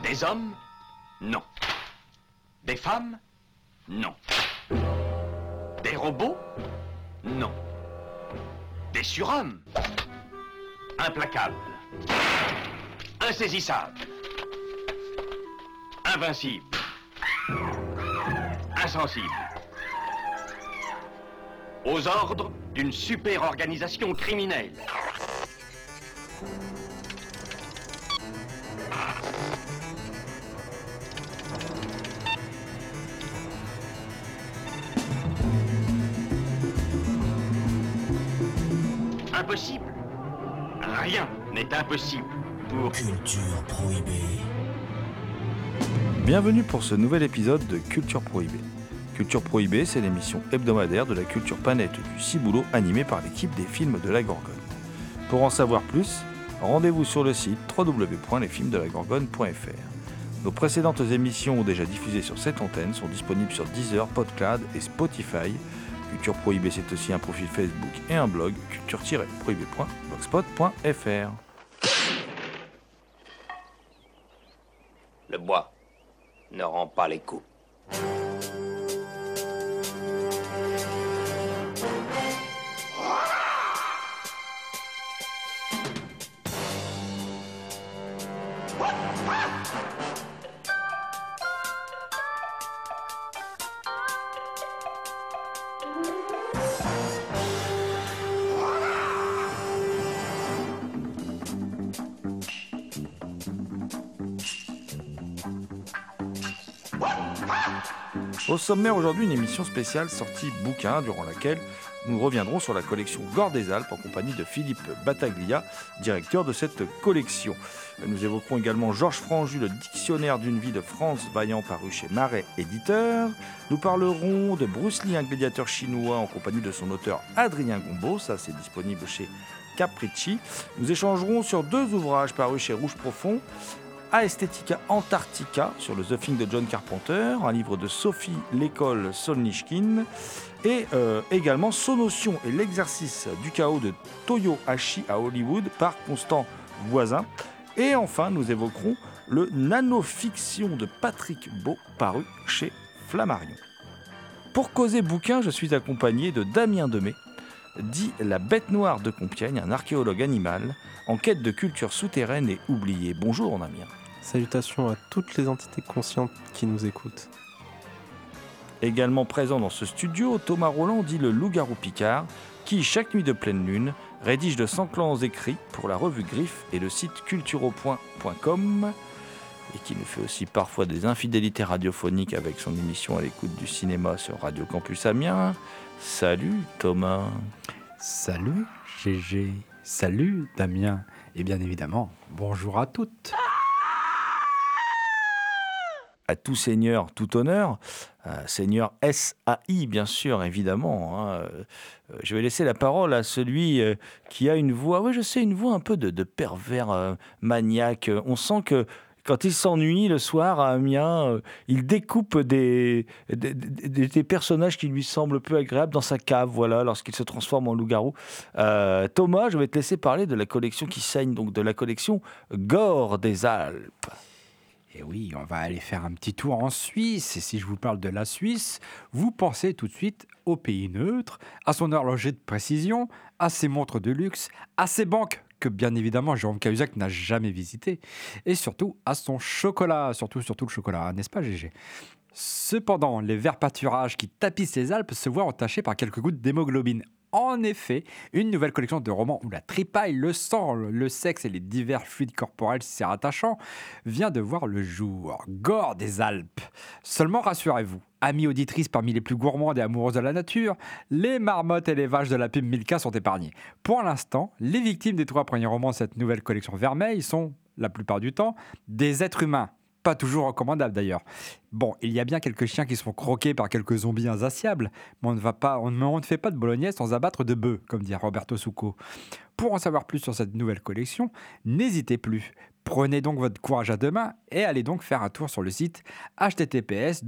Des hommes? Non. Des femmes? Non. Des robots? Non. Des surhommes? Implacables. Insaisissables. Invincibles. Insensibles. Aux ordres d'une super organisation criminelle. Impossible. Rien n'est impossible pour... Culture Prohibée. Bienvenue pour ce nouvel épisode de Culture Prohibée. Culture Prohibée, c'est l'émission hebdomadaire de la culture panette du Ciboulot animée par l'équipe des films de la Gorgone. Pour en savoir plus, rendez-vous sur le site www.lesfilmsdelagorgone.fr. Nos précédentes émissions déjà diffusées sur cette antenne sont disponibles sur Deezer, Podcloud et Spotify. Culture Prohibée, c'est aussi un profil Facebook et un blog, culture-prohibée.blogspot.fr. Le bois ne rend pas les coups. Au sommaire aujourd'hui, une émission spéciale sortie bouquin durant laquelle nous reviendrons sur la collection Gore des Alpes en compagnie de Philippe Battaglia, directeur de cette collection. Nous évoquerons également Georges Franju, le dictionnaire d'une vie de Franz Vaillant paru chez Marais éditeur. Nous parlerons de Bruce Lee, un gladiateur chinois en compagnie de son auteur Adrien Gombeau, ça c'est disponible chez Capricci. Nous échangerons sur deux ouvrages parus chez Rouge Profond. Aesthetica Antarctica sur le The Thing de John Carpenter, un livre de Sophie Lécole Solnishkin, et également Sonotion et l'exercice du chaos de Toyohashi à Hollywood par Constant Voisin. Et enfin, nous évoquerons le Nanofiction de Patrick Beau paru chez Flammarion. Pour causer bouquin, je suis accompagné de Damien Demey, dit la bête noire de Compiègne, un archéologue animal en quête de culture souterraine et oubliée. Bonjour Damien. Salutations à toutes les entités conscientes qui nous écoutent. Également présent dans ce studio, Thomas Roland, dit le loup-garou Picard, qui, chaque nuit de pleine lune, rédige de sanglants écrits pour la revue Griffe et le site cultureaupoint.com, et qui nous fait aussi parfois des infidélités radiophoniques avec son émission à l'écoute du cinéma sur Radio Campus Amiens. Salut Thomas. Salut GG. Salut Damien. Et bien évidemment, bonjour à toutes. À tout seigneur, tout honneur. Seigneur S.A.I. bien sûr, évidemment. Je vais laisser la parole à celui qui a une voix, oui je sais, une voix un peu de pervers maniaque. On sent que quand il s'ennuie le soir à Amiens, il découpe des personnages qui lui semblent peu agréables dans sa cave, voilà, lorsqu'il se transforme en loup-garou. Thomas, je vais te laisser parler de la collection qui saigne, donc de la collection Gore des Alpes. Et oui, on va aller faire un petit tour en Suisse. Et si je vous parle de la Suisse, vous pensez tout de suite au pays neutre, à son horloger de précision, à ses montres de luxe, à ses banques que bien évidemment Jérôme Cahuzac n'a jamais visité, et surtout à son chocolat, surtout le chocolat, n'est-ce pas GG ? Cependant, les verts pâturages qui tapissent les Alpes se voient entachés par quelques gouttes d'hémoglobine. En effet, une nouvelle collection de romans où la tripaille, le sang, le sexe et les divers fluides corporels s'y rattachant vient de voir le jour. Gore des Alpes. Seulement rassurez-vous, amis auditrices parmi les plus gourmandes et amoureuses de la nature, les marmottes et les vaches de la pub Milka sont épargnées. Pour l'instant, les victimes des 3 premiers romans de cette nouvelle collection vermeille sont, la plupart du temps, des êtres humains. Pas toujours recommandable d'ailleurs. Bon, il y a bien quelques chiens qui se font croquer par quelques zombies insatiables, mais on ne fait pas de bolognaise sans abattre de bœufs, comme dit Roberto Succo. Pour en savoir plus sur cette nouvelle collection, n'hésitez plus. Prenez donc votre courage à deux mains et allez donc faire un tour sur le site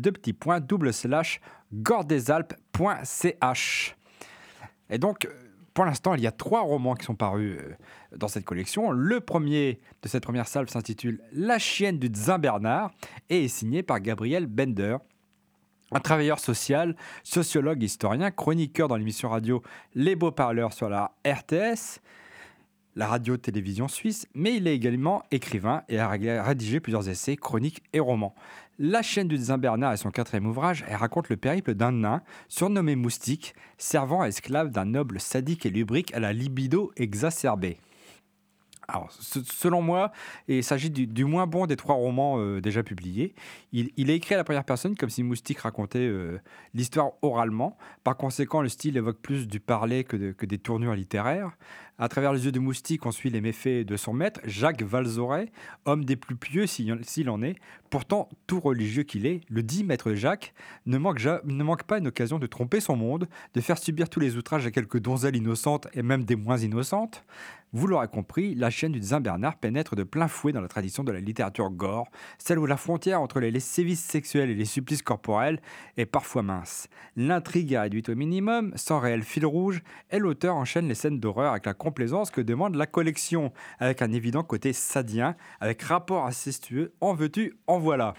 https://goredesalpes.ch. Et donc, Pour l'instant, il y a 3 romans qui sont parus dans cette collection. Le premier de cette première salve s'intitule La chienne du Saint Bernard et est signé par Gabriel Bender, un travailleur social, sociologue, historien, chroniqueur dans l'émission radio Les Beaux Parleurs sur la RTS, la radio-télévision suisse, mais il est également écrivain et a rédigé plusieurs essais, chroniques et romans. La chienne du Saint Bernard est son 4e ouvrage. Elle raconte le périple d'un nain, surnommé Moustique, servant esclave d'un noble sadique et lubrique à la libido exacerbée. Alors, selon moi, il s'agit du moins bon des 3 romans déjà publiés. Il est écrit à la première personne, comme si Moustique racontait l'histoire oralement. Par conséquent, le style évoque plus du parler que des tournures littéraires. À travers les yeux de Moustique, on suit les méfaits de son maître, Jacques Valzoret, homme des plus pieux s'il en est. Pourtant, tout religieux qu'il est, le dit maître Jacques ne manque pas une occasion de tromper son monde, de faire subir tous les outrages à quelques donzelles innocentes et même des moins innocentes. Vous l'aurez compris, la chaîne du Saint Bernard pénètre de plein fouet dans la tradition de la littérature gore, celle où la frontière entre les sévices sexuels et les supplices corporels est parfois mince. L'intrigue est réduite au minimum, sans réel fil rouge, et l'auteur enchaîne les scènes d'horreur avec la complaisance que demande la collection, avec un évident côté sadien, avec rapport incestueux, en veux-tu, en voilà.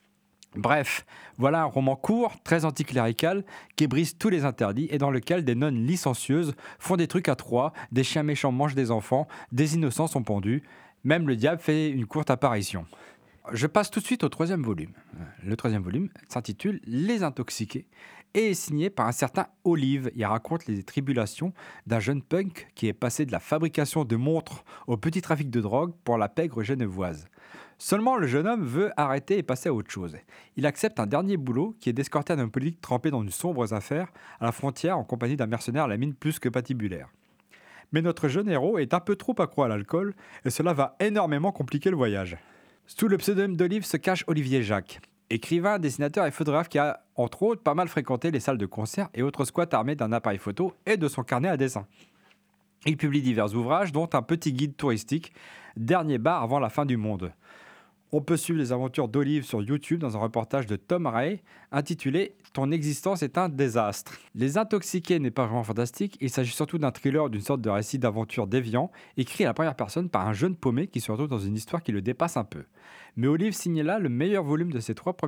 Bref, voilà un roman court, très anticlérical, qui brise tous les interdits et dans lequel des nonnes licencieuses font des trucs à 3, des chiens méchants mangent des enfants, des innocents sont pendus, même le diable fait une courte apparition. Je passe tout de suite au 3e volume. Le 3e volume s'intitule Les Intoxiqués et est signé par un certain Olive. Il raconte les tribulations d'un jeune punk qui est passé de la fabrication de montres au petit trafic de drogue pour la pègre genevoise. Seulement, le jeune homme veut arrêter et passer à autre chose. Il accepte un dernier boulot qui est d'escorter un homme politique trempé dans de sombres affaires à la frontière en compagnie d'un mercenaire à la mine plus que patibulaire. Mais notre jeune héros est un peu trop accro à l'alcool et cela va énormément compliquer le voyage. Sous le pseudonyme d'Olive se cache Olivier Jacques, écrivain, dessinateur et photographe qui a, entre autres, pas mal fréquenté les salles de concert et autres squats armés d'un appareil photo et de son carnet à dessin. Il publie divers ouvrages, dont un petit guide touristique, Dernier bar avant la fin du monde. On peut suivre les aventures d'Olive sur YouTube dans un reportage de Tom Ray intitulé « Ton existence est un désastre ». Les Intoxiqués n'est pas vraiment fantastique, il s'agit surtout d'un thriller, d'une sorte de récit d'aventure déviant, écrit à la première personne par un jeune paumé qui se retrouve dans une histoire qui le dépasse un peu. Mais Olive signe là le meilleur volume de ses 3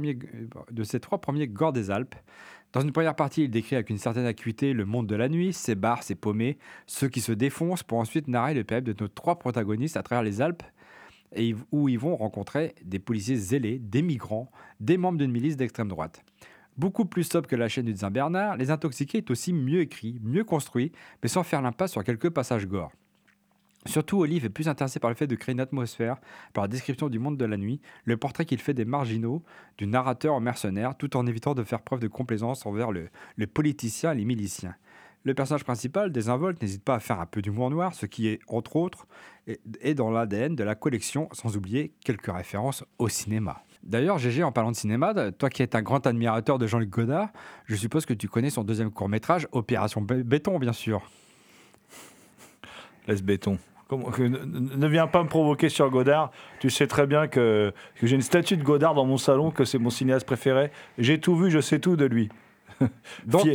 premiers Gore des Alpes. Dans une première partie, il décrit avec une certaine acuité le monde de la nuit, ses bars, ses paumés, ceux qui se défoncent, pour ensuite narrer le périple de nos 3 protagonistes à travers les Alpes, et où ils vont rencontrer des policiers zélés, des migrants, des membres d'une milice d'extrême droite. Beaucoup plus sobre que la chaîne du Saint Bernard, Les Intoxiqués est aussi mieux écrit, mieux construit, mais sans faire l'impasse sur quelques passages gore. Surtout, Olive est plus intéressé par le fait de créer une atmosphère, par la description du monde de la nuit, le portrait qu'il fait des marginaux, du narrateur au mercenaire, tout en évitant de faire preuve de complaisance envers le politicien et les miliciens. Le personnage principal, Désinvolte, n'hésite pas à faire un peu d'humour noir, ce qui est, entre autres, est dans l'ADN de la collection, sans oublier quelques références au cinéma. D'ailleurs, GG, en parlant de cinéma, toi qui es un grand admirateur de Jean-Luc Godard, je suppose que tu connais son 2e court-métrage, Opération Béton, bien sûr. Laisse Béton. Ne viens pas me provoquer sur Godard. Tu sais très bien que j'ai une statue de Godard dans mon salon, que c'est mon cinéaste préféré. J'ai tout vu, je sais tout de lui. Donc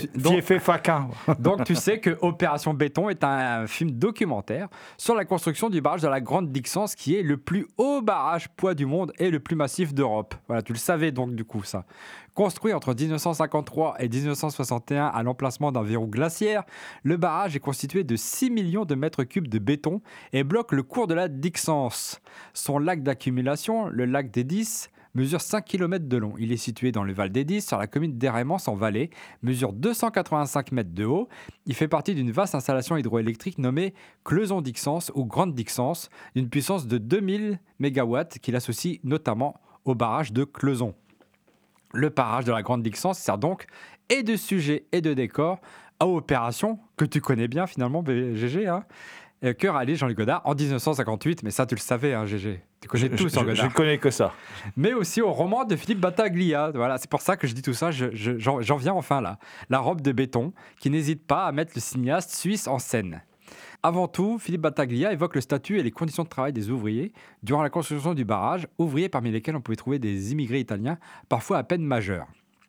tu sais que Opération Béton est un film documentaire sur la construction du barrage de la Grande Dixence, qui est le plus haut barrage poids du monde et le plus massif d'Europe. Voilà, tu le savais donc du coup ça. Construit entre 1953 et 1961 à l'emplacement d'un verrou glaciaire, le barrage est constitué de 6 millions de mètres cubes de béton et bloque le cours de la Dixence. Son lac d'accumulation, le lac des 10, mesure 5 km de long. Il est situé dans le Val des 10, sur la commune d'Hérémence en Valais, mesure 285 mètres de haut. Il fait partie d'une vaste installation hydroélectrique nommée Cleuson-Dixence ou Grande Dixence, d'une puissance de 2000 MW qu'il associe notamment au barrage de Cleuson. Le barrage de la Grande Dixence sert donc et de sujet et de décor à Opération, que tu connais bien finalement, GG, hein, que réalise Jean-Luc Godard en 1958, mais ça tu le savais, hein, GG. Tu connais tout sur Godard. Je connais que ça. Mais aussi au roman de Philippe Battaglia. Voilà, c'est pour ça que je dis tout ça, j'en viens enfin là. La robe de béton, qui n'hésite pas à mettre le cinéaste suisse en scène. Avant tout, Philippe Battaglia évoque le statut et les conditions de travail des ouvriers durant la construction du barrage, ouvriers parmi lesquels on pouvait trouver des immigrés italiens, parfois à peine majeurs.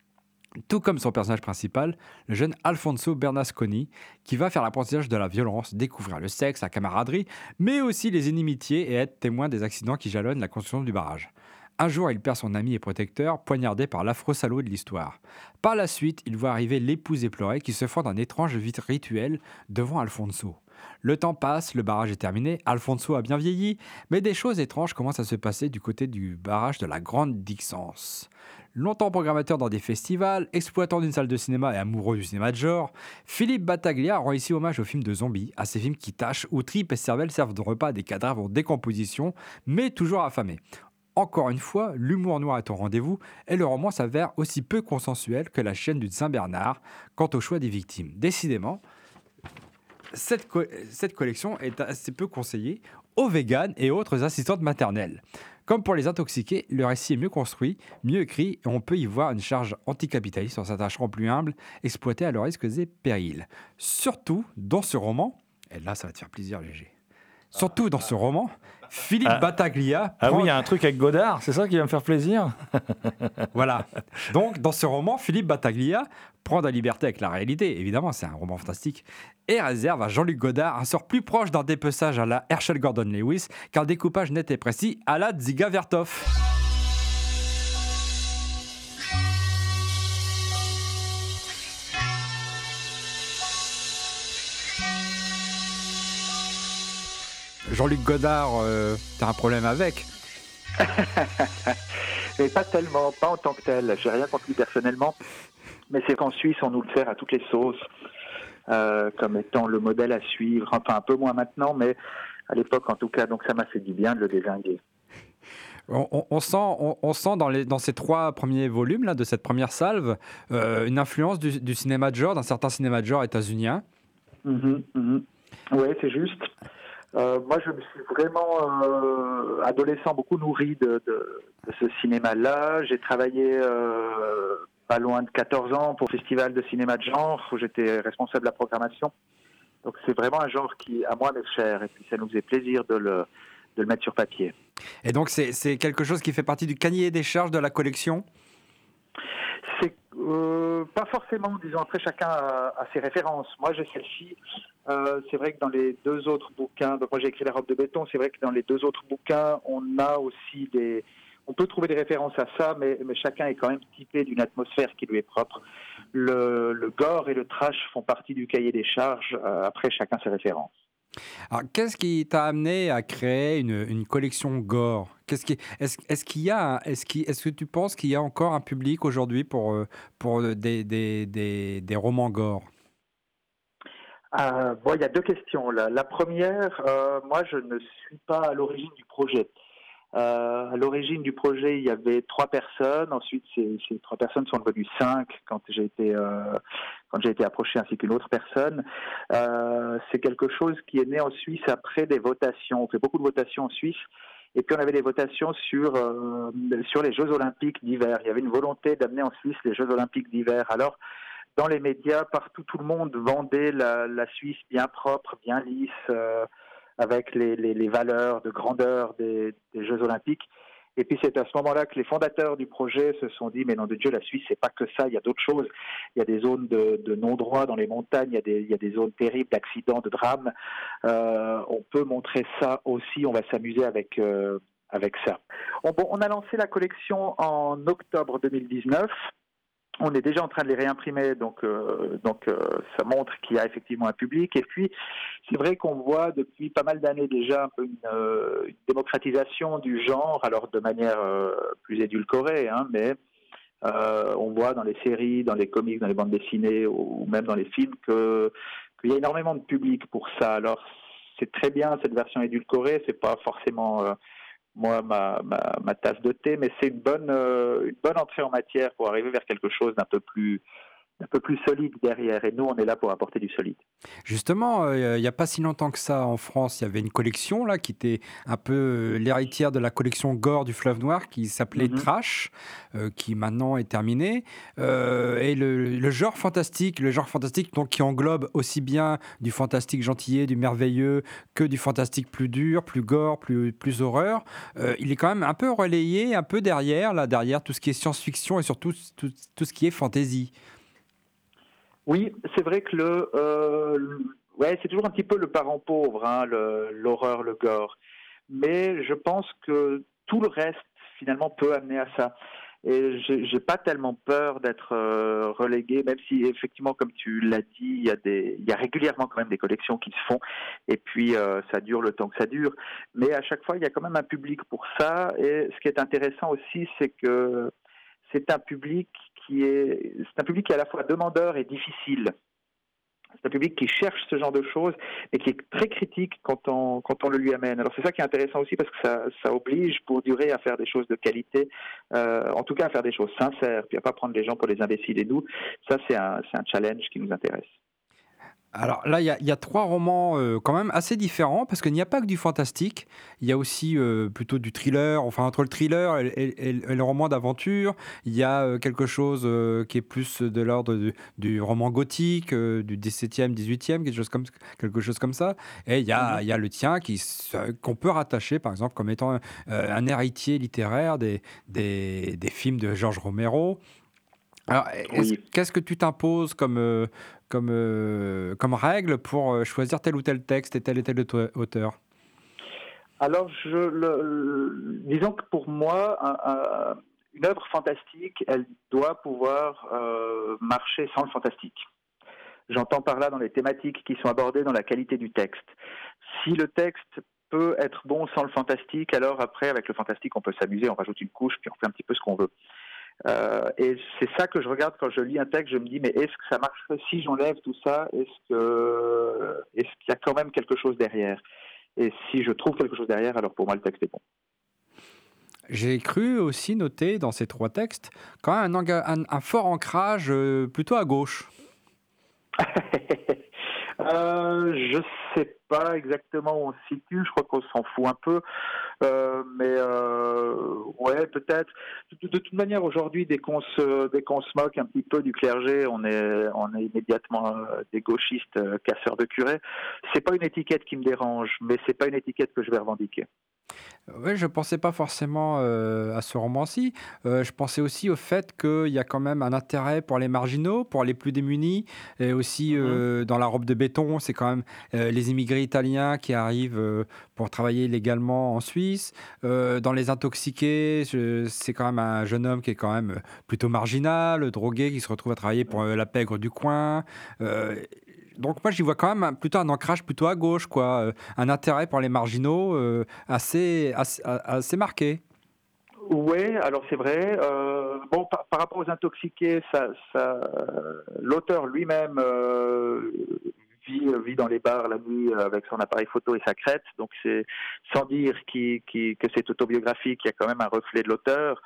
Tout comme son personnage principal, le jeune Alfonso Bernasconi, qui va faire l'apprentissage de la violence, découvrir le sexe, la camaraderie, mais aussi les inimitiés et être témoin des accidents qui jalonnent la construction du barrage. Un jour, il perd son ami et protecteur, poignardé par l'affreux salaud de l'histoire. Par la suite, il voit arriver l'épouse éplorée qui se fend d'un étrange rituel devant Alfonso. Le temps passe, le barrage est terminé, Alfonso a bien vieilli, mais des choses étranges commencent à se passer du côté du barrage de la Grande Dixence. Longtemps programmateur dans des festivals, exploitant d'une salle de cinéma et amoureux du cinéma de genre, Philippe Battaglia rend ici hommage aux films de zombies, à ces films qui tâchent où tripes et cervelles servent de repas à des cadavres en décomposition, mais toujours affamés. Encore une fois, l'humour noir est au rendez-vous et le roman s'avère aussi peu consensuel que la chaîne du Saint-Bernard quant au choix des victimes. Décidément, cette collection est assez peu conseillée aux véganes et autres assistantes maternelles. Comme pour les intoxiqués, le récit est mieux construit, mieux écrit et on peut y voir une charge anticapitaliste en s'attachant plus humble, exploité à leurs risques et périls. Surtout dans ce roman, et là ça va te faire plaisir léger, surtout dans ce roman, Philippe Battaglia... Ah oui, il y a un truc avec Godard, c'est ça qui va me faire plaisir. Voilà. Donc, dans ce roman, Philippe Battaglia prend de la liberté avec la réalité, évidemment, c'est un roman fantastique, et réserve à Jean-Luc Godard un sort plus proche d'un dépeçage à la Herschel Gordon Lewis qu'un découpage net et précis à la Dziga Vertov. Jean-Luc Godard, t'as un problème avec? Et pas tellement, pas en tant que tel. J'ai rien contre lui personnellement, mais c'est qu'en Suisse, on nous le sert à toutes les sauces, comme étant le modèle à suivre. Enfin, un peu moins maintenant, mais à l'époque, en tout cas, donc ça m'a fait du bien de le dézinguer. On sent dans ces 3 premiers volumes là, de cette première salve une influence du cinéma de genre, d'un certain cinéma de genre états-unien. Oui, c'est juste. Moi, je me suis vraiment, adolescent, beaucoup nourri de ce cinéma-là. J'ai travaillé pas loin de 14 ans pour le Festival de cinéma de genre, où j'étais responsable de la programmation. Donc, c'est vraiment un genre qui, à moi, m'est cher. Et puis, ça nous faisait plaisir de le mettre sur papier. Et donc, c'est quelque chose qui fait partie du cahier des charges de la collection ? C'est pas forcément, disons, après chacun a ses références. Moi j'ai celle-ci, c'est vrai que dans les 2 autres bouquins, donc moi j'ai écrit La robe de béton, c'est vrai que dans les 2 autres bouquins, on a aussi on peut trouver des références à ça, mais chacun est quand même typé d'une atmosphère qui lui est propre. Le gore et le trash font partie du cahier des charges, après chacun ses références. Alors, qu'est-ce qui t'a amené à créer une collection gore ? Est-ce que tu penses qu'il y a encore un public aujourd'hui pour des romans gore ? Bon, il y a 2 questions là. La première, moi je ne suis pas à l'origine du projet. À l'origine du projet, il y avait 3 personnes. Ensuite, ces 3 personnes sont devenues 5 quand j'ai été approché, ainsi qu'une autre personne. C'est quelque chose qui est né en Suisse après des votations. On fait beaucoup de votations en Suisse. Et puis on avait des votations sur les Jeux Olympiques d'hiver. Il y avait une volonté d'amener en Suisse les Jeux Olympiques d'hiver. Alors, dans les médias, partout, tout le monde vendait la Suisse bien propre, bien lisse, avec les valeurs de grandeur des Jeux Olympiques. Et puis c'est à ce moment-là que les fondateurs du projet se sont dit, mais nom de Dieu, la Suisse, c'est pas que ça, il y a d'autres choses. Il y a des zones de non-droit dans les montagnes, il y a des zones terribles d'accidents, de drames. On peut montrer ça aussi, on va s'amuser avec ça. On a lancé la collection en octobre 2019. On est déjà en train de les réimprimer, donc ça montre qu'il y a effectivement un public. Et puis, c'est vrai qu'on voit depuis pas mal d'années déjà un peu une démocratisation du genre, alors de manière plus édulcorée, hein, mais on voit dans les séries, dans les comics, dans les bandes dessinées ou même dans les films qu'il y a énormément de public pour ça. Alors, c'est très bien cette version édulcorée, c'est pas forcément... moi, ma tasse de thé, mais c'est une bonne entrée en matière pour arriver vers quelque chose d'un peu plus un peu plus solide derrière. Et nous, on est là pour apporter du solide. Justement, il n'y a pas si longtemps que ça en France, il y avait une collection là qui était un peu l'héritière de la collection Gore du Fleuve Noir qui s'appelait Trash, qui maintenant est terminée. Et le genre fantastique donc, qui englobe aussi bien du fantastique gentillet, du merveilleux, que du fantastique plus dur, plus gore, plus horreur, il est quand même un peu relayé, un peu derrière tout ce qui est science-fiction et surtout tout ce qui est fantasy. Oui, c'est vrai que ouais, c'est toujours un petit peu le parent pauvre, hein, l'horreur, le gore. Mais je pense que tout le reste, finalement, peut amener à ça. Et j'ai pas tellement peur d'être relégué, même si effectivement, comme tu l'as dit, il y a régulièrement quand même des collections qui se font, et puis ça dure le temps que ça dure. Mais à chaque fois, il y a quand même un public pour ça. Et ce qui est intéressant aussi, c'est que c'est un public qui est à la fois demandeur et difficile. C'est un public qui cherche ce genre de choses et qui est très critique quand on le lui amène. Alors c'est ça qui est intéressant aussi parce que ça oblige pour durer à faire des choses de qualité, en tout cas à faire des choses sincères, puis à pas prendre les gens pour des imbéciles. Et nous, ça c'est un challenge qui nous intéresse. Alors là, il y a 3 romans quand même assez différents, parce qu'il n'y a pas que du fantastique. Il y a aussi plutôt du thriller, enfin entre le thriller et le roman d'aventure. Il y a quelque chose qui est plus de l'ordre du roman gothique, du 17e, 18e, quelque chose comme ça. Et il y a le tien qu'on peut rattacher, par exemple, comme étant un héritier littéraire des films de Georges Romero. Alors, qu'est-ce que tu t'imposes comme règle pour choisir tel ou tel texte et tel auteur? Alors, disons que pour moi, une œuvre fantastique, elle doit pouvoir marcher sans le fantastique. J'entends par là dans les thématiques qui sont abordées, dans la qualité du texte. Si le texte peut être bon sans le fantastique, alors après, avec le fantastique, on peut s'amuser, on rajoute une couche, puis on fait un petit peu ce qu'on veut. Et c'est ça que je regarde quand je lis un texte, je me dis mais est-ce que ça marcherait si j'enlève tout ça, est-ce qu'il y a quand même quelque chose derrière, et si je trouve quelque chose derrière, alors pour moi le texte est bon. J'ai cru aussi noter dans ces 3 textes quand même un fort ancrage plutôt à gauche. Je sais pas exactement où on se situe, je crois qu'on s'en fout un peu, mais ouais, peut-être. De toute manière, aujourd'hui, dès qu'on se moque un petit peu du clergé, on est immédiatement des gauchistes casseurs de curés. C'est pas une étiquette qui me dérange, mais c'est pas une étiquette que je vais revendiquer. Oui, je ne pensais pas forcément à ce roman-ci. Je pensais aussi au fait qu'il y a quand même un intérêt pour les marginaux, pour les plus démunis. Et aussi, dans La robe de béton, c'est quand même les immigrés italiens qui arrivent pour travailler légalement en Suisse. Dans Les intoxiqués, c'est quand même un jeune homme qui est quand même plutôt marginal, drogué, qui se retrouve à travailler pour la pègre du coin. Donc moi, j'y vois quand même plutôt un ancrage plutôt à gauche, quoi. Un intérêt pour les marginaux assez marqué. Oui, alors c'est vrai. Bon, par rapport aux intoxiqués, l'auteur lui-même vit dans les bars la nuit avec son appareil photo et sa crête. Donc c'est sans dire que c'est autobiographique, il y a quand même un reflet de l'auteur.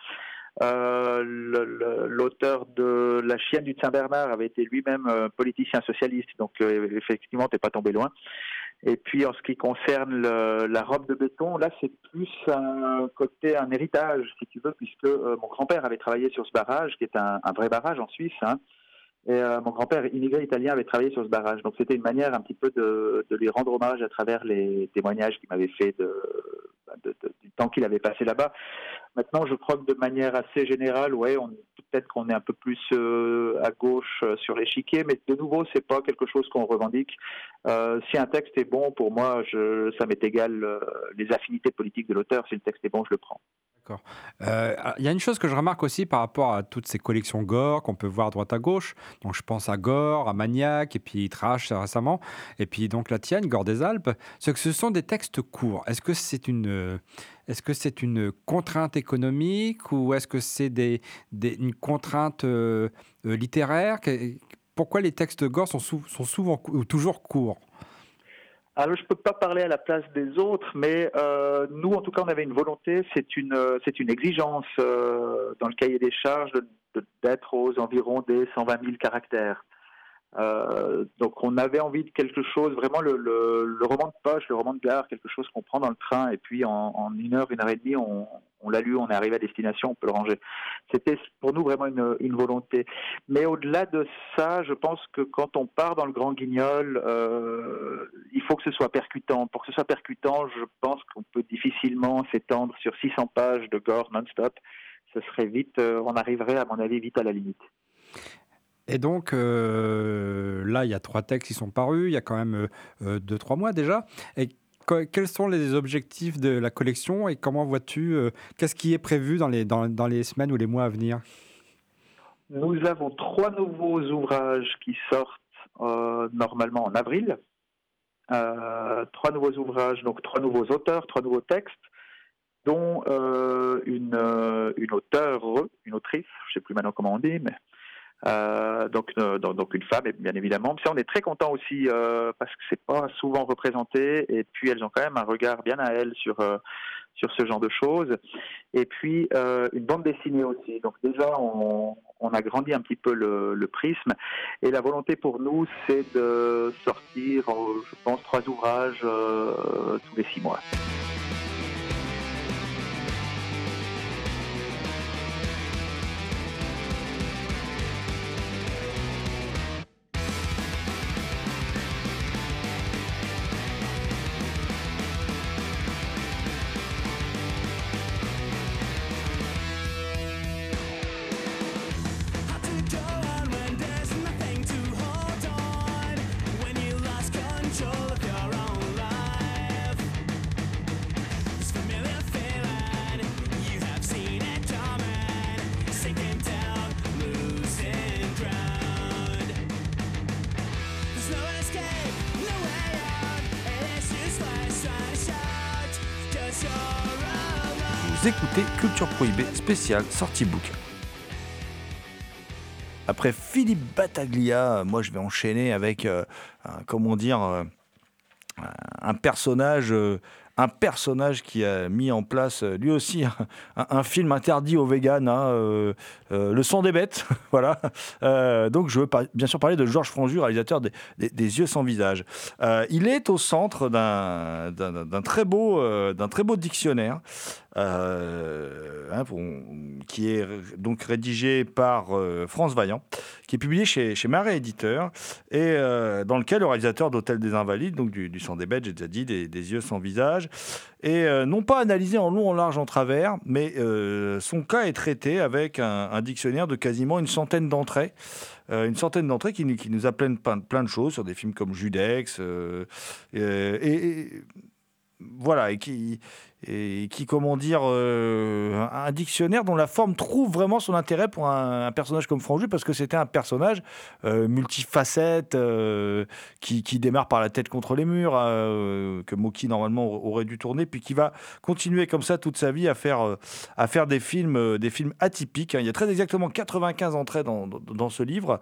L'auteur de La chienne du Saint-Bernard avait été lui-même politicien socialiste, donc effectivement, t'es pas tombé loin. Et puis en ce qui concerne La robe de béton, là c'est plus un héritage, si tu veux, puisque mon grand-père avait travaillé sur ce barrage, qui est un vrai barrage en Suisse, hein. Et mon grand-père, immigré italien, avait travaillé sur ce barrage. Donc c'était une manière un petit peu de lui rendre hommage à travers les témoignages qu'il m'avait fait du temps qu'il avait passé là-bas. Maintenant, je crois que de manière assez générale, ouais, peut-être qu'on est un peu plus à gauche sur l'échiquier, mais de nouveau, c'est pas quelque chose qu'on revendique. Si un texte est bon, pour moi, ça m'est égal les affinités politiques de l'auteur. Si le texte est bon, je le prends. D'accord. Il y a une chose que je remarque aussi par rapport à toutes ces collections Gore qu'on peut voir à droite à gauche. Donc je pense à Gore, à Maniac, et puis Trash récemment, et puis donc la tienne, Gore des Alpes. C'est que ce sont des textes courts. Est-ce que c'est une contrainte économique, ou est-ce que c'est une contrainte littéraire? Pourquoi les textes Gore sont souvent ou toujours courts? Alors, je ne peux pas parler à la place des autres, mais nous, en tout cas, on avait une volonté, c'est une exigence dans le cahier des charges d'être aux environs des 120 000 caractères. Donc on avait envie de quelque chose, vraiment le roman de poche, le roman de gare, quelque chose qu'on prend dans le train et puis en 1 heure, 1 heure et demie, on l'a lu, on est arrivé à destination, on peut le ranger. C'était pour nous vraiment une volonté. Mais au-delà de ça, je pense que quand on part dans le Grand Guignol, il faut que ce soit percutant. Pour que ce soit percutant, je pense qu'on peut difficilement s'étendre sur 600 pages de gore non-stop. Ce serait vite, on arriverait à mon avis vite à la limite. Et donc, là, il y a 3 textes qui sont parus, il y a quand même 2-3 mois déjà. Et quels sont les objectifs de la collection et comment vois-tu, qu'est-ce qui est prévu dans les semaines ou les mois à venir ? Nous avons 3 nouveaux ouvrages qui sortent normalement en avril. 3 nouveaux ouvrages, donc 3 nouveaux auteurs, 3 nouveaux textes, dont une auteure, une autrice, je ne sais plus maintenant comment on dit, mais donc une femme, bien évidemment. Ça, on est très content aussi parce que c'est pas souvent représenté et puis elles ont quand même un regard bien à elles sur ce genre de choses. Et puis une bande dessinée aussi. Donc déjà, on a grandi un petit peu le prisme et la volonté pour nous, c'est de sortir, je pense, 3 ouvrages tous les 6 mois. Vous écoutez Culture Prohibée spéciale sortie bouquin. Après Philippe Battaglia, moi je vais enchaîner avec un personnage qui a mis en place lui aussi un film interdit aux véganes, Le sang des bêtes. Voilà. Donc je veux bien sûr parler de Georges Franju, réalisateur des Yeux sans visage. Il est au centre d'un très beau dictionnaire. Qui est donc rédigé par France Vaillant, qui est publié chez Marais Éditeur, et dans lequel le réalisateur d'Hôtel des Invalides, donc du sang des bêtes, j'ai déjà dit, des Yeux sans visage, et non pas analysé en long, en large, en travers, mais son cas est traité avec un dictionnaire de quasiment une centaine d'entrées. Qui nous apprennent plein de choses sur des films comme Judex, voilà, et qui comment dire, un dictionnaire dont la forme trouve vraiment son intérêt pour un personnage comme Franju, parce que c'était un personnage multifacette, qui démarre par la tête contre les murs, que Mocky normalement aurait dû tourner, puis qui va continuer comme ça toute sa vie à faire des films atypiques. Il y a très exactement 95 entrées dans ce livre,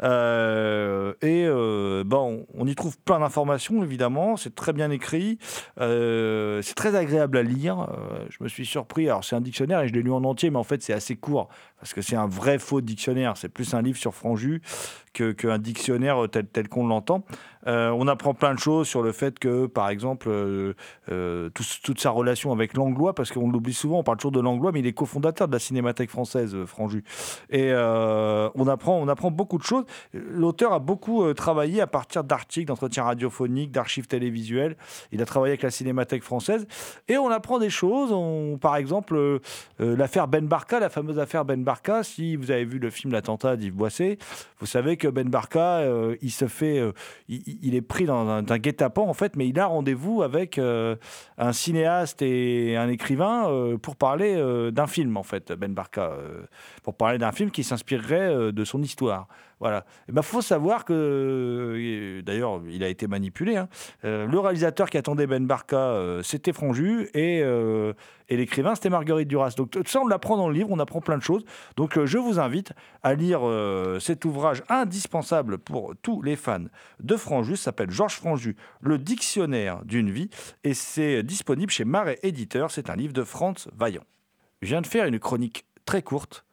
on y trouve plein d'informations, évidemment. C'est très bien écrit, c'est très agréable à lire. Je me suis surpris. Alors, c'est un dictionnaire et je l'ai lu en entier, mais en fait, c'est assez court parce que c'est un vrai faux dictionnaire. C'est plus un livre sur Franju qu'un dictionnaire tel qu'on l'entend. On apprend plein de choses sur le fait que, par exemple, toute sa relation avec Langlois, parce qu'on l'oublie souvent, on parle toujours de Langlois, mais il est cofondateur de la Cinémathèque française, Franju. Et on apprend beaucoup de choses. L'auteur a beaucoup travaillé à partir d'articles, d'entretiens radiophoniques, d'archives télévisuelles. Il a travaillé avec la Cinémathèque française. Et on apprend des choses. Par exemple, l'affaire Ben Barka, la fameuse affaire Ben Barka. Si vous avez vu le film L'attentat d'Yves Boisset, vous savez que Ben Barka, il est pris dans un guet-apens, en fait, mais il a rendez-vous avec un cinéaste et un écrivain pour parler d'un film, en fait, Ben Barka, pour parler d'un film qui s'inspirerait de son histoire. Voilà. Il faut savoir que, d'ailleurs, il a été manipulé. Le réalisateur qui attendait Ben Barka, c'était Franju, et l'écrivain, c'était Marguerite Duras. Donc tout ça, on l'apprend dans le livre, on apprend plein de choses. Donc je vous invite à lire cet ouvrage indispensable pour tous les fans de Franju. Ça s'appelle Georges Franju, le dictionnaire d'une vie, et c'est disponible chez Marais Éditeur. C'est un livre de France Vaillant. Je viens de faire une chronique très courte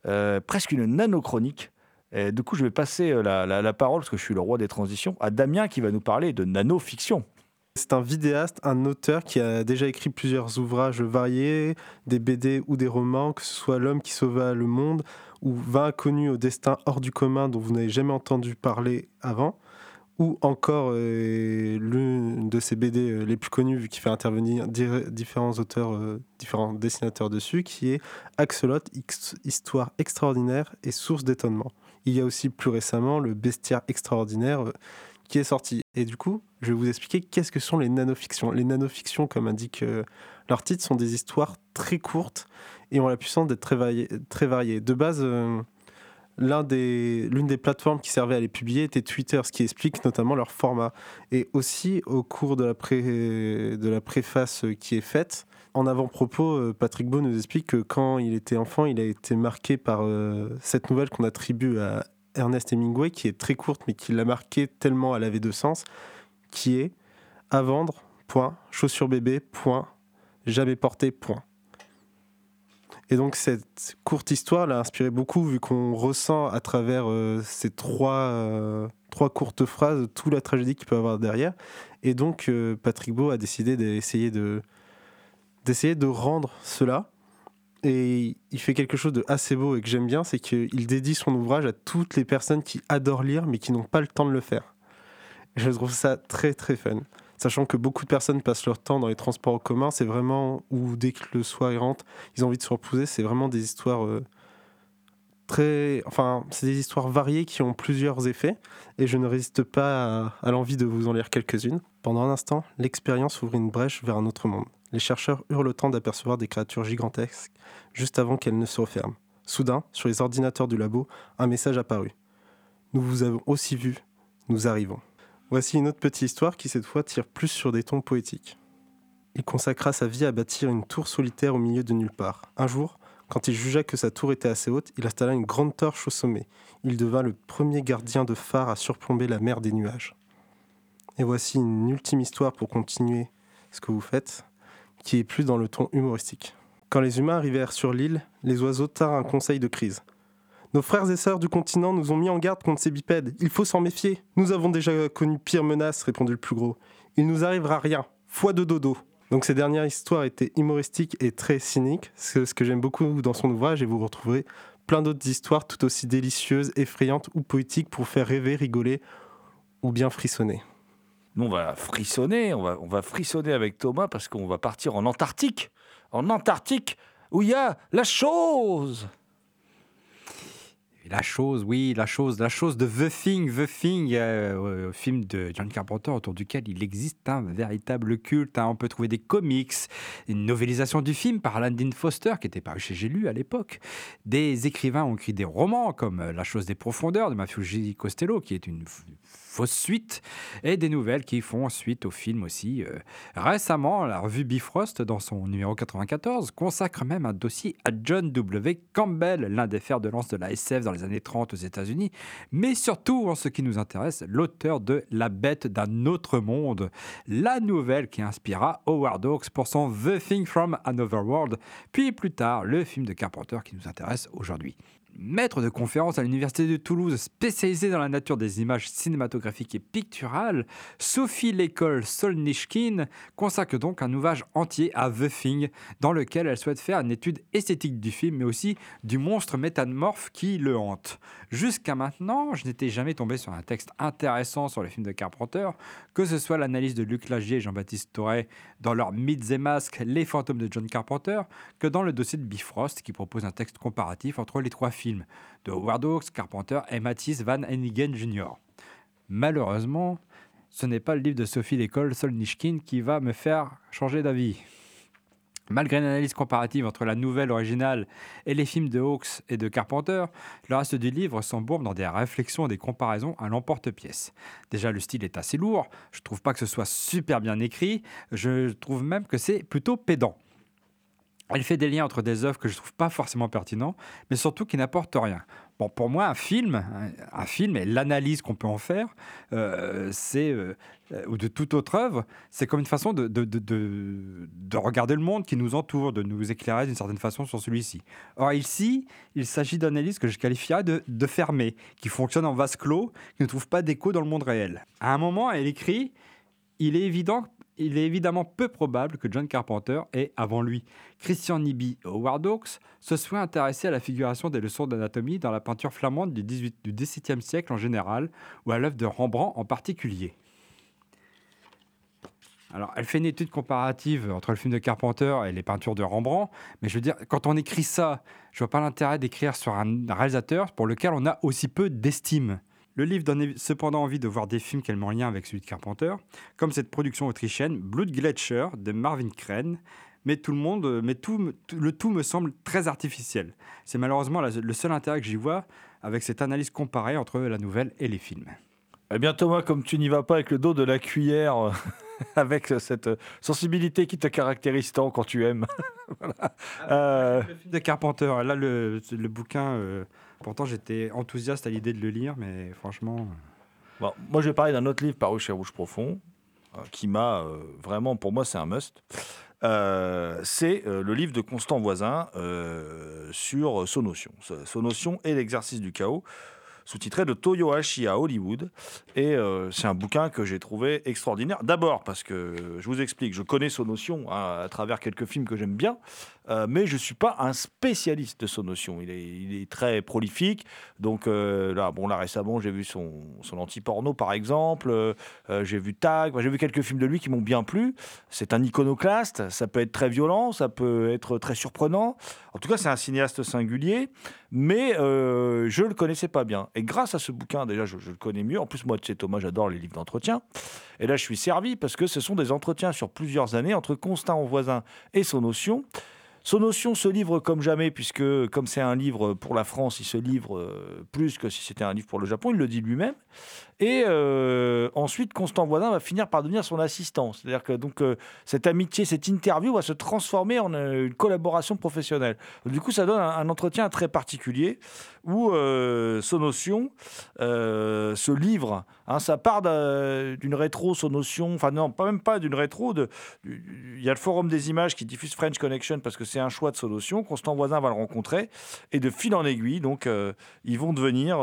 presque une nanochronique. Et du coup, je vais passer la parole, parce que je suis le roi des transitions, à Damien qui va nous parler de nanofiction. C'est un vidéaste, un auteur qui a déjà écrit plusieurs ouvrages variés, des BD ou des romans, que ce soit L'homme qui sauva le monde ou 20 inconnus au destin hors du commun dont vous n'avez jamais entendu parler avant, ou encore l'une de ses BD les plus connues, vu qu'il fait intervenir différents auteurs, différents dessinateurs dessus, qui est Axolot, histoire extraordinaire et source d'étonnement. Il y a aussi plus récemment le Bestiaire extraordinaire qui est sorti. Et du coup, je vais vous expliquer qu'est-ce que sont les nanofictions. Les nanofictions, comme indique leur titre, sont des histoires très courtes et ont la puissance d'être très variées. De base, l'une des plateformes qui servait à les publier était Twitter, ce qui explique notamment leur format. Et aussi, au cours de la préface qui est faite, en avant-propos, Patrick Beau nous explique que quand il était enfant, il a été marqué par cette nouvelle qu'on attribue à Ernest Hemingway, qui est très courte, mais qui l'a marqué tellement elle avait de sens, qui est « à vendre, point, chaussures bébé, point, jamais porté, point ». Et donc cette courte histoire l'a inspiré beaucoup, vu qu'on ressent à travers ces trois courtes phrases toute la tragédie qu'il peut y avoir derrière. Et donc Patrick Beau a décidé d'essayer de rendre cela. Et il fait quelque chose de assez beau et que j'aime bien, c'est qu'il dédie son ouvrage à toutes les personnes qui adorent lire mais qui n'ont pas le temps de le faire. Et je trouve ça très très fun. Sachant que beaucoup de personnes passent leur temps dans les transports en commun, c'est vraiment, ou dès que le soir ils rentrent, ils ont envie de se reposer, c'est vraiment des histoires c'est des histoires variées qui ont plusieurs effets, et je ne résiste pas à l'envie de vous en lire quelques-unes. Pendant un instant, l'expérience ouvre une brèche vers un autre monde. Les chercheurs eurent le temps d'apercevoir des créatures gigantesques juste avant qu'elles ne se referment. Soudain, sur les ordinateurs du labo, un message apparut. « Nous vous avons aussi vu, nous arrivons ». Voici une autre petite histoire qui cette fois tire plus sur des tons poétiques. Il consacra sa vie à bâtir une tour solitaire au milieu de nulle part. Un jour, quand il jugea que sa tour était assez haute, il installa une grande torche au sommet. Il devint le premier gardien de phare à surplomber la mer des nuages. Et voici une ultime histoire pour continuer ce que vous faites, qui est plus dans le ton humoristique. Quand les humains arrivèrent sur l'île, les oiseaux tinrent un conseil de crise. Nos frères et sœurs du continent nous ont mis en garde contre ces bipèdes. Il faut s'en méfier. Nous avons déjà connu pire menace, répondit le plus gros. Il nous arrivera rien. Foi de dodo. Donc ces dernières histoires étaient humoristiques et très cyniques. C'est ce que j'aime beaucoup dans son ouvrage, et vous retrouverez plein d'autres histoires tout aussi délicieuses, effrayantes ou poétiques pour faire rêver, rigoler ou bien frissonner. Nous, on va frissonner, on va frissonner avec Thomas parce qu'on va partir en Antarctique. En Antarctique, où il y a la chose. La chose de The Thing, film de John Carpenter autour duquel il existe un véritable culte. On peut trouver des comics, une novélisation du film par Alan Dean Foster qui était paru chez J'ai lu à l'époque. Des écrivains ont écrit des romans comme La chose des profondeurs de Matthew J. Costello qui est une fausse suite, et des nouvelles qui font suite au film aussi. Récemment, la revue Bifrost, dans son numéro 94, consacre même un dossier à John W. Campbell, l'un des fers de lance de la SF dans les années 30 aux États-Unis, mais surtout, en ce qui nous intéresse, l'auteur de La bête d'un autre monde, la nouvelle qui inspira Howard Hawks pour son The Thing from Another World, puis plus tard, le film de Carpenter qui nous intéresse aujourd'hui. Maître de conférences à l'université de Toulouse, spécialisée dans la nature des images cinématographiques et picturales, Sophie Lécole Solnichkine consacre donc un ouvrage entier à The Thing, dans lequel elle souhaite faire une étude esthétique du film, mais aussi du monstre métamorphe qui le hante. Jusqu'à maintenant, je n'étais jamais tombé sur un texte intéressant sur le film de Carpenter, que ce soit l'analyse de Luc Lagier et Jean-Baptiste Toret dans leur Mythes et Masques, les fantômes de John Carpenter, que dans le dossier de Bifrost, qui propose un texte comparatif entre les trois films de Howard Hawks, Carpenter et Matisse Van Heyningen Jr. Malheureusement, ce n'est pas le livre de Sophie Lécole Solnichkine qui va me faire changer d'avis. Malgré une analyse comparative entre la nouvelle originale et les films de Hawks et de Carpenter, le reste du livre s'embourbe dans des réflexions et des comparaisons à l'emporte-pièce. Déjà, le style est assez lourd, je trouve pas que ce soit super bien écrit, je trouve même que c'est plutôt pédant. Elle fait des liens entre des œuvres que je trouve pas forcément pertinents, mais surtout qui n'apportent rien. Bon, pour moi, un film et l'analyse qu'on peut en faire, ou de toute autre œuvre, c'est comme une façon de regarder le monde qui nous entoure, de nous éclairer d'une certaine façon sur celui-ci. Or, ici, il s'agit d'analyses que je qualifierais de fermées, qui fonctionnent en vase clos, qui ne trouvent pas d'écho dans le monde réel. À un moment, elle écrit « Il est évidemment peu probable que John Carpenter ait, avant lui, Christian Nyby et Howard Hawks, se soit intéressé à la figuration des leçons d'anatomie dans la peinture flamande du XVIIe siècle en général, ou à l'œuvre de Rembrandt en particulier. » Alors, elle fait une étude comparative entre le film de Carpenter et les peintures de Rembrandt, mais je veux dire, quand on écrit ça, je vois pas l'intérêt d'écrire sur un réalisateur pour lequel on a aussi peu d'estime. Le livre donne cependant envie de voir des films qu'elle met en lien avec celui de Carpenter, comme cette production autrichienne Blutgletscher de Marvin Kren, mais le tout me semble très artificiel. C'est malheureusement le seul intérêt que j'y vois avec cette analyse comparée entre la nouvelle et les films. Eh bien Thomas, comme tu n'y vas pas avec le dos de la cuillère, avec cette sensibilité qui te caractérise tant quand tu aimes. Voilà. Le film de Carpenter, là le bouquin, pourtant j'étais enthousiaste à l'idée de le lire, mais franchement... Bon, moi je vais parler d'un autre livre paru chez Rouge Profond, qui m'a vraiment, pour moi c'est un must. C'est le livre de Constant Voisin sur Sonotion. Sonotion et l'exercice du chaos, sous-titré de Toyohashi à Hollywood. Et c'est un bouquin que j'ai trouvé extraordinaire. D'abord parce que, je vous explique, je connais Sonotion à travers quelques films que j'aime bien, mais je ne suis pas un spécialiste de Sonotion. Il est très prolifique. Donc là récemment, j'ai vu son anti-porno, par exemple. J'ai vu Tag. J'ai vu quelques films de lui qui m'ont bien plu. C'est un iconoclaste. Ça peut être très violent, ça peut être très surprenant. En tout cas, c'est un cinéaste singulier, mais je ne le connaissais pas bien. Et grâce à ce bouquin, déjà, je le connais mieux. En plus, moi, tu sais, Thomas, j'adore les livres d'entretien. Et là, je suis servi parce que ce sont des entretiens sur plusieurs années entre Constant Voisin et Sonotion. Sonotion se livre comme jamais, puisque comme c'est un livre pour la France, il se livre plus que si c'était un livre pour le Japon, il le dit lui-même. Et ensuite, Constant Voisin va finir par devenir son assistant. C'est-à-dire que donc, cette amitié, cette interview va se transformer en une collaboration professionnelle. Du coup, ça donne un entretien très particulier où Sonotion se livre. Ça part d'une rétro Sonotion, enfin non, même pas d'une rétro. Il y a le Forum des images qui diffuse French Connection parce que c'est un choix de Sonotion. Constant Voisin va le rencontrer et de fil en aiguille, donc ils vont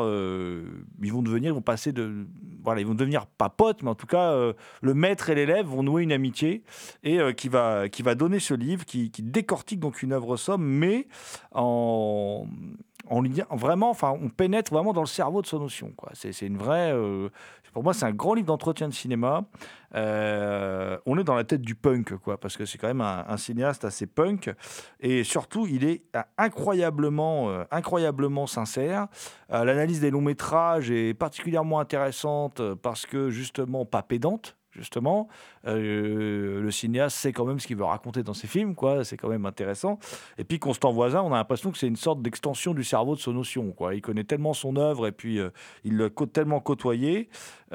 passer ils vont devenir pas potes, mais en tout cas le maître et l'élève vont nouer une amitié et qui va donner ce livre qui décortique donc une œuvre somme, mais on pénètre vraiment dans le cerveau de Sonotion, quoi. C'est une vraie... pour moi, c'est un grand livre d'entretien de cinéma. On est dans la tête du punk, quoi, parce que c'est quand même un cinéaste assez punk. Et surtout, il est incroyablement sincère. L'analyse des longs métrages est particulièrement intéressante parce que, justement, pas pédante. Justement, le cinéaste sait quand même ce qu'il veut raconter dans ses films, quoi. C'est quand même intéressant. Et puis Constant Voisin, on a l'impression que c'est une sorte d'extension du cerveau de Sonotion, quoi. Il connaît tellement son œuvre et puis il l'a tellement côtoyé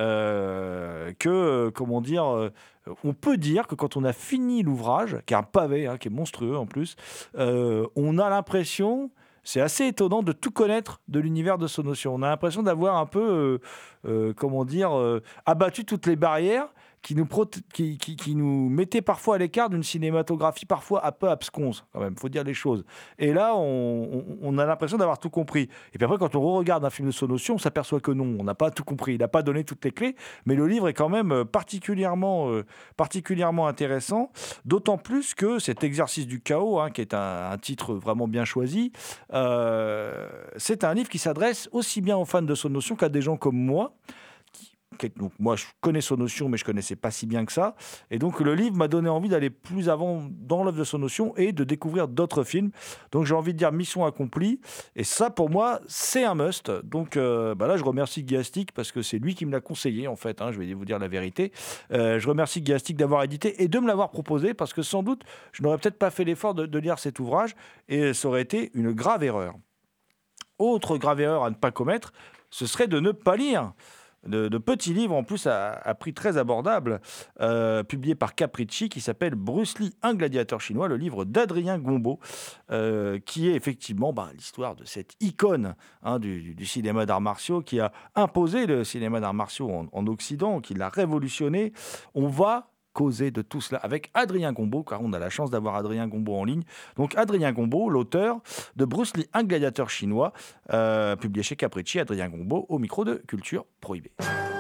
que, on peut dire que quand on a fini l'ouvrage, qui est un pavé, qui est monstrueux en plus, on a l'impression... C'est assez étonnant de tout connaître de l'univers de Sonotion. On a l'impression d'avoir un peu, abattu toutes les barrières qui nous mettaient parfois à l'écart d'une cinématographie parfois un peu absconse, quand même, il faut dire les choses. Et là, on a l'impression d'avoir tout compris. Et puis après, quand on regarde un film de Sonotion, on s'aperçoit que non, on n'a pas tout compris. Il n'a pas donné toutes les clés, mais le livre est quand même particulièrement intéressant, d'autant plus que cet exercice du chaos, qui est un titre vraiment bien choisi, c'est un livre qui s'adresse aussi bien aux fans de Sonotion qu'à des gens comme moi. Donc moi, je connais Sonotion, mais je ne connaissais pas si bien que ça. Et donc, le livre m'a donné envie d'aller plus avant dans l'œuvre de Sonotion et de découvrir d'autres films. Donc, j'ai envie de dire mission accomplie. Et ça, pour moi, c'est un must. Donc, là, je remercie Guy Astic parce que c'est lui qui me l'a conseillé, en fait. Je vais vous dire la vérité. Je remercie Guy Astic d'avoir édité et de me l'avoir proposé parce que sans doute, je n'aurais peut-être pas fait l'effort de lire cet ouvrage et ça aurait été une grave erreur. Autre grave erreur à ne pas commettre, ce serait de ne pas lire de petits livres, en plus à prix très abordable, publié par Capricci, qui s'appelle Bruce Lee, un gladiateur chinois, le livre d'Adrien Gombaud, qui est effectivement l'histoire de cette icône du cinéma d'arts martiaux qui a imposé le cinéma d'arts martiaux en Occident, qui l'a révolutionné. On va causer de tout cela avec Adrien Gombaud, car on a la chance d'avoir Adrien Gombaud en ligne. Donc Adrien Gombaud, l'auteur de Bruce Lee, un gladiateur chinois, publié chez Capricci. Adrien Gombaud au micro de Culture Prohibée.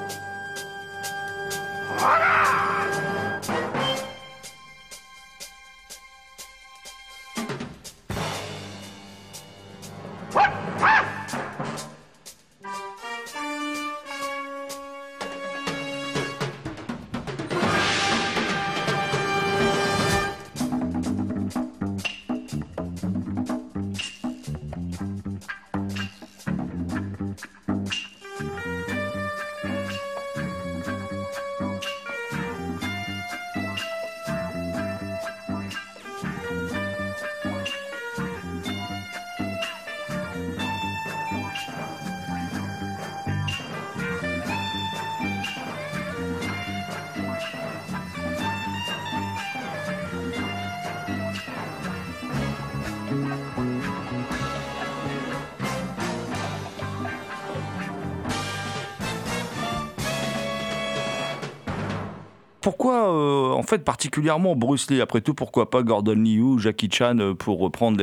Pourquoi, en fait, particulièrement Bruce Lee? Après tout, pourquoi pas Gordon Liu, Jackie Chan, pour reprendre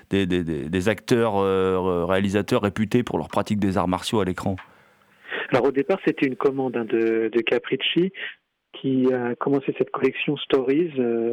des acteurs, réalisateurs réputés pour leur pratique des arts martiaux à l'écran? Alors au départ, c'était une commande de Capricci qui a commencé cette collection Stories,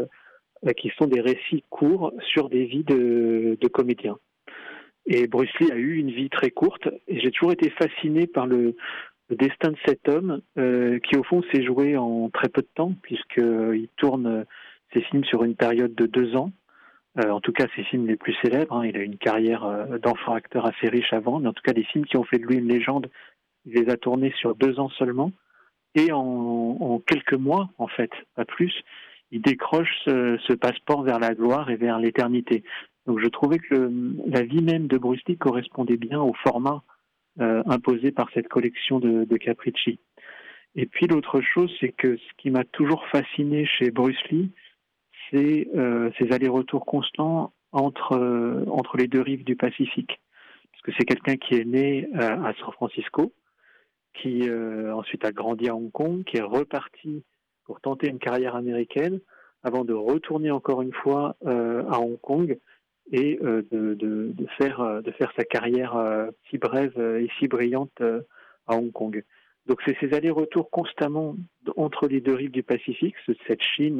qui sont des récits courts sur des vies de comédiens. Et Bruce Lee a eu une vie très courte, et j'ai toujours été fasciné par le destin de cet homme qui au fond s'est joué en très peu de temps, puisqu'il tourne ses films sur une période de 2 ans, en tout cas ses films les plus célèbres. Il a eu une carrière d'enfant acteur assez riche avant, mais en tout cas les films qui ont fait de lui une légende, il les a tournés sur 2 ans seulement, et en quelques mois, en fait, pas plus, il décroche ce passeport vers la gloire et vers l'éternité. Donc je trouvais que la vie même de Bruce Lee correspondait bien au format imposé par cette collection de Capricci. Et puis l'autre chose, c'est que ce qui m'a toujours fasciné chez Bruce Lee, c'est ces allers-retours constants entre les 2 rives du Pacifique. Parce que c'est quelqu'un qui est né à San Francisco, qui ensuite a grandi à Hong Kong, qui est reparti pour tenter une carrière américaine, avant de retourner encore une fois à Hong Kong et de faire sa carrière si brève et si brillante à Hong Kong. Donc c'est ces allers-retours constamment entre les 2 rives du Pacifique, cette Chine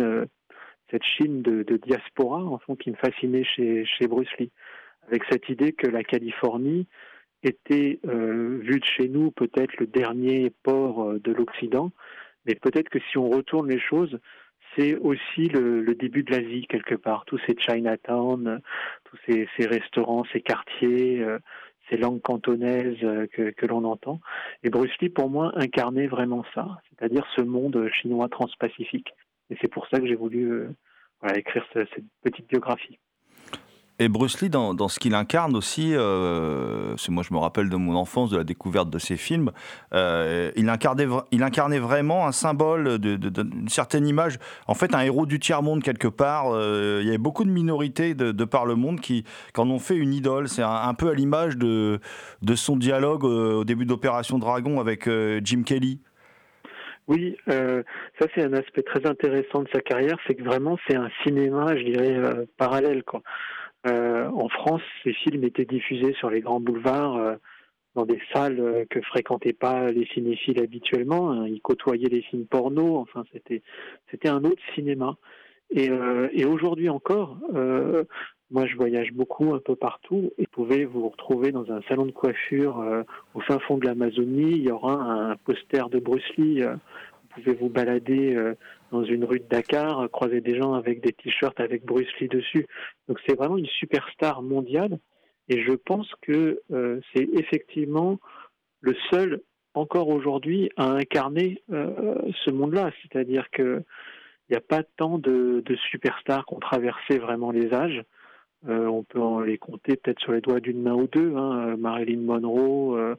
de diaspora, en fond, qui me fascinait chez Bruce Lee, avec cette idée que la Californie était, vue de chez nous, peut-être le dernier port de l'Occident, mais peut-être que si on retourne les choses, c'est aussi le début de l'Asie, quelque part. Tous ces Chinatown, tous ces restaurants, ces quartiers, ces langues cantonaises que l'on entend. Et Bruce Lee, pour moi, incarnait vraiment ça, c'est-à-dire ce monde chinois transpacifique. Et c'est pour ça que j'ai voulu écrire cette petite biographie. Et Bruce Lee, dans ce qu'il incarne aussi, moi je me rappelle de mon enfance, de la découverte de ses films, il incarnait vraiment un symbole d'une certaine image, en fait un héros du tiers-monde quelque part. Il y avait beaucoup de minorités de par le monde qui en ont fait une idole. C'est un peu à l'image de son dialogue au début d'Opération Dragon avec Jim Kelly. Oui, ça c'est un aspect très intéressant de sa carrière, c'est que vraiment c'est un cinéma, je dirais, parallèle, quoi. En France, ces films étaient diffusés sur les grands boulevards, dans des salles que fréquentaient pas les cinéphiles habituellement. Ils côtoyaient les films porno. Enfin, c'était un autre cinéma. Et aujourd'hui encore, moi je voyage beaucoup un peu partout et vous pouvez vous retrouver dans un salon de coiffure au fin fond de l'Amazonie. Il y aura un poster de Bruce Lee. Vous pouvez vous balader dans une rue de Dakar, croiser des gens avec des t-shirts avec Bruce Lee dessus. Donc c'est vraiment une superstar mondiale. Et je pense que c'est effectivement le seul, encore aujourd'hui, à incarner ce monde-là. C'est-à-dire qu'il n'y a pas tant de superstars qui ont traversé vraiment les âges. On peut en les compter peut-être sur les doigts d'une main ou deux. Marilyn Monroe,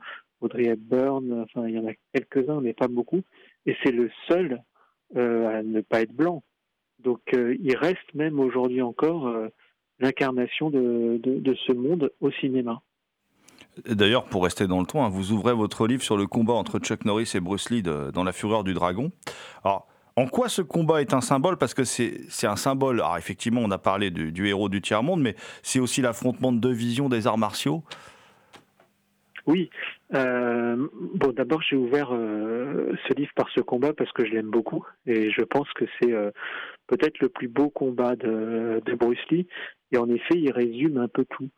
Audrey Hepburn, enfin il y en a quelques-uns, mais pas beaucoup. Et c'est le seul à ne pas être blanc. Donc il reste même aujourd'hui encore l'incarnation de ce monde au cinéma. D'ailleurs, pour rester dans le ton, vous ouvrez votre livre sur le combat entre Chuck Norris et Bruce Lee dans La Fureur du Dragon. Alors, en quoi ce combat est un symbole ? Parce que c'est un symbole. Alors, effectivement, on a parlé du héros du tiers-monde, mais c'est aussi l'affrontement de deux visions des arts martiaux. Oui. Bon, d'abord, j'ai ouvert ce livre par ce combat parce que je l'aime beaucoup. Et je pense que c'est peut-être le plus beau combat de Bruce Lee. Et en effet, il résume un peu tout.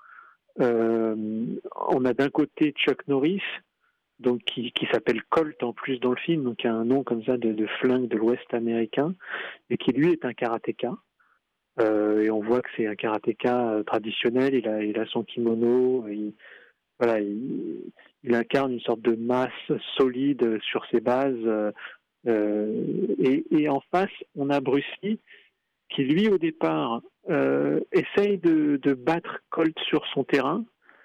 On a d'un côté Chuck Norris, donc qui s'appelle Colt en plus dans le film, donc qui a un nom comme ça de flingue de l'Ouest américain, et qui lui est un karatéka. Et on voit que c'est un karatéka traditionnel. Il a son kimono. Il incarne une sorte de masse solide sur ses bases. Et en face, on a Bruce Lee qui, lui, au départ, essaye de battre Colt sur son terrain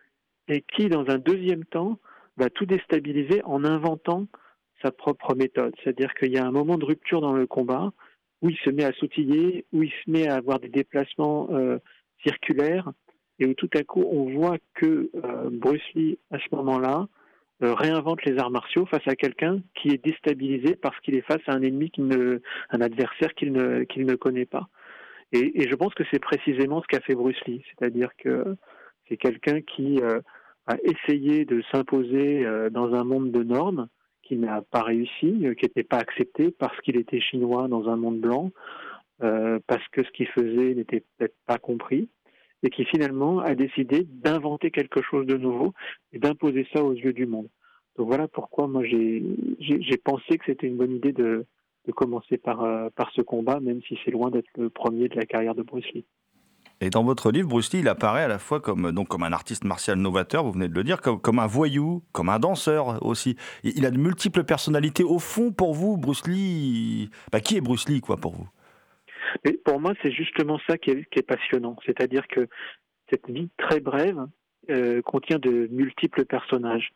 et qui, dans un deuxième temps, va tout déstabiliser en inventant sa propre méthode. C'est-à-dire qu'il y a un moment de rupture dans le combat où il se met à sautiller, où il se met à avoir des déplacements circulaires et où tout à coup, on voit que Bruce Lee, à ce moment-là, réinvente les arts martiaux face à quelqu'un qui est déstabilisé parce qu'il est face à un ennemi, un adversaire qu'il ne connaît pas. Et je pense que c'est précisément ce qu'a fait Bruce Lee, c'est-à-dire que c'est quelqu'un qui a essayé de s'imposer dans un monde de normes, qui n'a pas réussi, qui n'était pas accepté parce qu'il était chinois dans un monde blanc, parce que ce qu'il faisait n'était peut-être pas compris, et qui finalement a décidé d'inventer quelque chose de nouveau et d'imposer ça aux yeux du monde. Donc voilà pourquoi moi j'ai pensé que c'était une bonne idée de commencer par ce combat, même si c'est loin d'être le premier de la carrière de Bruce Lee. Et dans votre livre, Bruce Lee, il apparaît à la fois comme un artiste martial novateur, vous venez de le dire, comme un voyou, comme un danseur aussi. Il a de multiples personnalités. Au fond, pour vous, Bruce Lee, qui est Bruce Lee, pour vous ? Mais pour moi, c'est justement ça qui est passionnant. C'est-à-dire que cette vie très brève contient de multiples personnages.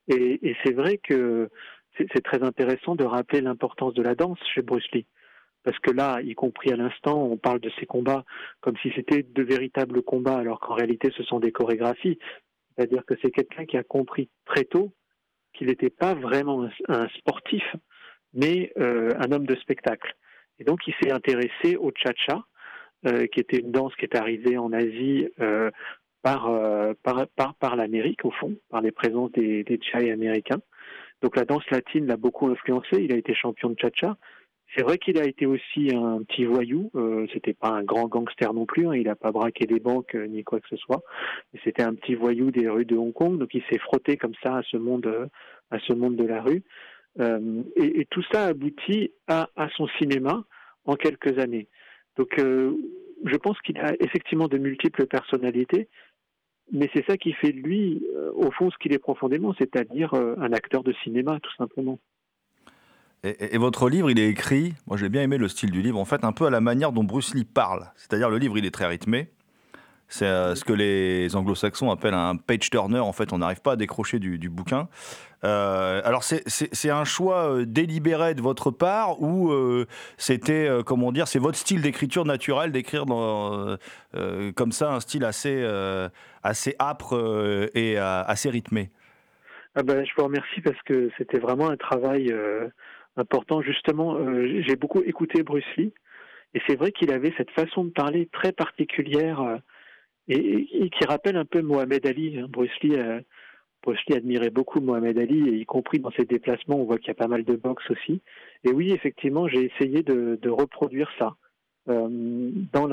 Et c'est vrai que c'est très intéressant de rappeler l'importance de la danse chez Bruce Lee. Parce que là, y compris à l'instant, on parle de ces combats comme si c'était de véritables combats, alors qu'en réalité, ce sont des chorégraphies. C'est-à-dire que c'est quelqu'un qui a compris très tôt qu'il n'était pas vraiment un sportif, mais un homme de spectacle. Et donc, il s'est intéressé au cha-cha, qui était une danse qui est arrivée en Asie par l'Amérique, au fond, par les présences des Tchai américains. Donc, la danse latine l'a beaucoup influencé. Il a été champion de cha-cha. C'est vrai qu'il a été aussi un petit voyou. C'était pas un grand gangster non plus. Il n'a pas braqué des banques ni quoi que ce soit. Mais c'était un petit voyou des rues de Hong Kong. Donc, il s'est frotté comme ça à ce monde de la rue. Et tout ça aboutit à son cinéma en quelques années. Donc, je pense qu'il a effectivement de multiples personnalités, mais c'est ça qui fait de lui, au fond, ce qu'il est profondément, c'est-à-dire un acteur de cinéma, tout simplement. Et votre livre, il est écrit, moi j'ai bien aimé le style du livre, en fait, un peu à la manière dont Bruce Lee parle. C'est-à-dire, le livre, il est très rythmé. C'est ce que les anglo-saxons appellent un page-turner. En fait, on n'arrive pas à décrocher du bouquin. Alors, c'est un choix délibéré de votre part ou c'était, c'est votre style d'écriture naturelle, d'écrire comme ça un style assez âpre et assez rythmé? Je vous remercie parce que c'était vraiment un travail important. Justement, j'ai beaucoup écouté Bruce Lee et c'est vrai qu'il avait cette façon de parler très particulière et qui rappelle un peu Mohamed Ali. Bruce Lee admirait beaucoup Mohamed Ali, et y compris dans ses déplacements, on voit qu'il y a pas mal de boxe aussi. Et oui, effectivement, j'ai essayé de reproduire ça dans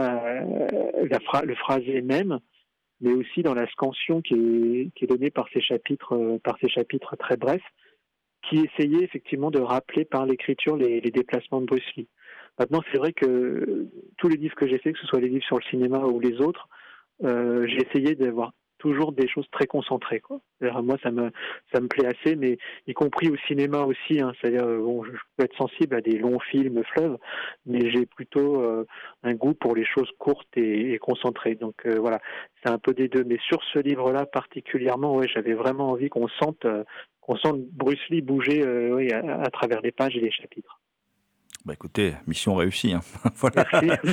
le phrasé même, mais aussi dans la scansion qui est donnée par ces chapitres très brefs, qui essayait effectivement de rappeler par l'écriture les déplacements de Bruce Lee. Maintenant, c'est vrai que tous les livres que j'ai faits, que ce soit les livres sur le cinéma ou les autres, j'ai essayé d'avoir toujours des choses très concentrées, quoi. C'est-à-dire, moi, ça me plaît assez, mais y compris au cinéma aussi, hein. C'est-à-dire, bon, je peux être sensible à des longs films fleuves, mais j'ai plutôt un goût pour les choses courtes et concentrées. Donc voilà, c'est un peu des deux. Mais sur ce livre-là particulièrement, ouais, j'avais vraiment envie qu'on sente Bruce Lee bouger oui, à travers les pages et les chapitres. Bah écoutez, mission réussie, hein. Voilà. Merci.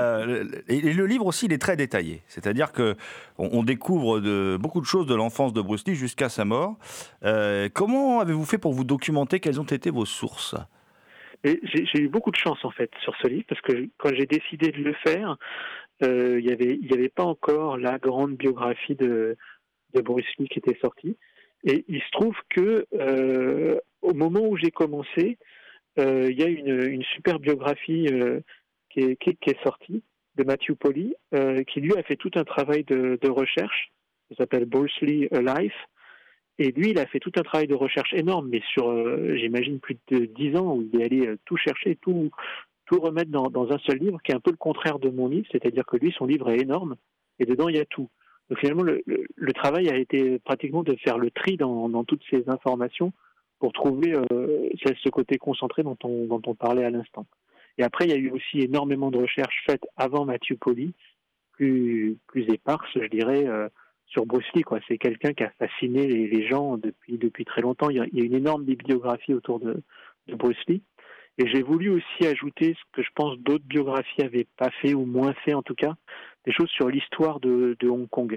Et le livre aussi, il est très détaillé. C'est-à-dire que on découvre beaucoup de choses de l'enfance de Bruce Lee jusqu'à sa mort. Comment avez-vous fait pour vous documenter? Quelles ont été vos sources? Et j'ai eu beaucoup de chance en fait sur ce livre parce que quand j'ai décidé de le faire, il y avait pas encore la grande biographie de Bruce Lee qui était sortie. Et il se trouve que au moment où j'ai commencé, il y a une super biographie qui est sortie de Matthew Polly, qui lui a fait tout un travail de recherche. Ça s'appelle Bruce Lee Alive. Et lui, il a fait tout un travail de recherche énorme, mais sur, j'imagine, plus de 10 ans, où il est allé tout chercher, tout remettre dans un seul livre, qui est un peu le contraire de mon livre, c'est-à-dire que lui, son livre est énorme, et dedans, il y a tout. Donc finalement, le travail a été pratiquement de faire le tri dans toutes ces informations pour trouver ce côté concentré dont on parlait à l'instant. Et après, il y a eu aussi énormément de recherches faites avant Matthew Polly, plus éparses, je dirais, sur Bruce Lee, quoi. C'est quelqu'un qui a fasciné les gens depuis très longtemps. Il y a une énorme bibliographie autour de Bruce Lee. Et j'ai voulu aussi ajouter ce que je pense d'autres biographies n'avaient pas fait, ou moins fait en tout cas, des choses sur l'histoire de Hong Kong,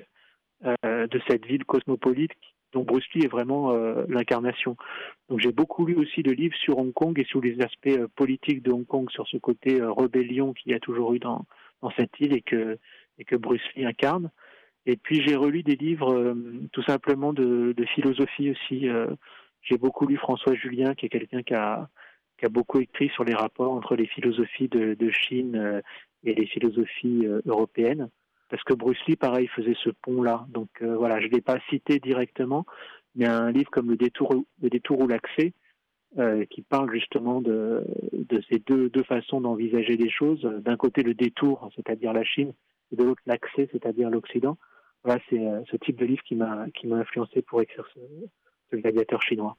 de cette ville cosmopolite dont Bruce Lee est vraiment l'incarnation. Donc j'ai beaucoup lu aussi de livres sur Hong Kong et sur les aspects politiques de Hong Kong, sur ce côté rébellion qu'il y a toujours eu dans cette île et que Bruce Lee incarne. Et puis j'ai relu des livres tout simplement de philosophie aussi. J'ai beaucoup lu François Julien, qui est quelqu'un qui a beaucoup écrit sur les rapports entre les philosophies de Chine et les philosophies européennes. Parce que Bruce Lee, pareil, faisait ce pont-là. Donc voilà, je ne l'ai pas cité directement, mais un livre comme Le détour ou l'accès, qui parle justement de ces deux façons d'envisager les choses. D'un côté, le détour, c'est-à-dire la Chine, et de l'autre, l'accès, c'est-à-dire l'Occident. Voilà, c'est ce type de livre qui m'a influencé pour écrire ce gladiateur chinois.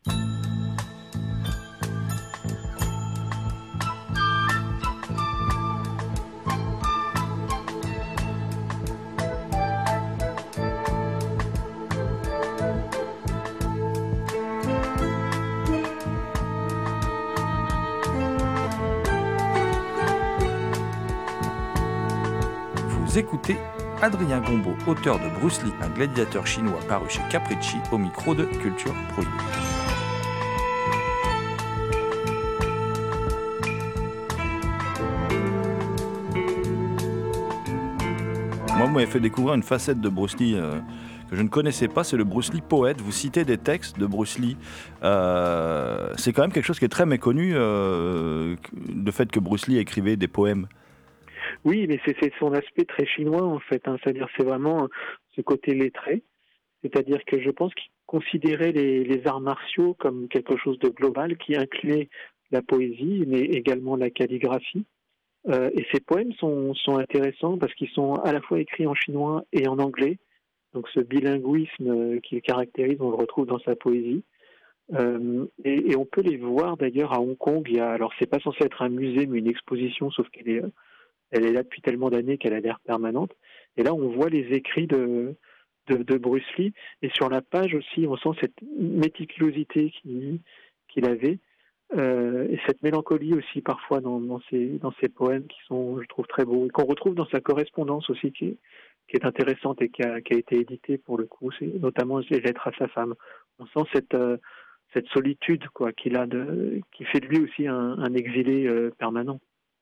Vous écoutez Adrien Gombaud, auteur de Bruce Lee, un gladiateur chinois paru chez Capricci, au micro de Culture Prohibée. Moi, vous m'avez fait découvrir une facette de Bruce Lee que je ne connaissais pas, c'est le Bruce Lee poète. Vous citez des textes de Bruce Lee. C'est quand même quelque chose qui est très méconnu, le fait que Bruce Lee écrivait des poèmes. Oui, mais c'est son aspect très chinois en fait, hein. C'est-à-dire c'est vraiment ce côté lettré, c'est-à-dire que je pense qu'il considérait les arts martiaux comme quelque chose de global qui incluait la poésie, mais également la calligraphie. Et ces poèmes sont intéressants parce qu'ils sont à la fois écrits en chinois et en anglais, donc ce bilinguisme qui le caractérise, on le retrouve dans sa poésie. Et on peut les voir d'ailleurs à Hong Kong. Alors c'est pas censé être un musée, mais une exposition, sauf elle est là depuis tellement d'années qu'elle a l'air permanente. Et là, on voit les écrits de Bruce Lee. Et sur la page aussi, on sent cette méticulosité qu'il avait. Et cette mélancolie aussi parfois dans ses poèmes qui sont, je trouve, très beaux. Et qu'on retrouve dans sa correspondance aussi qui est intéressante et qui a été éditée pour le coup. C'est notamment les lettres à sa femme. On sent cette solitude quoi, qui fait de lui aussi un exilé permanent.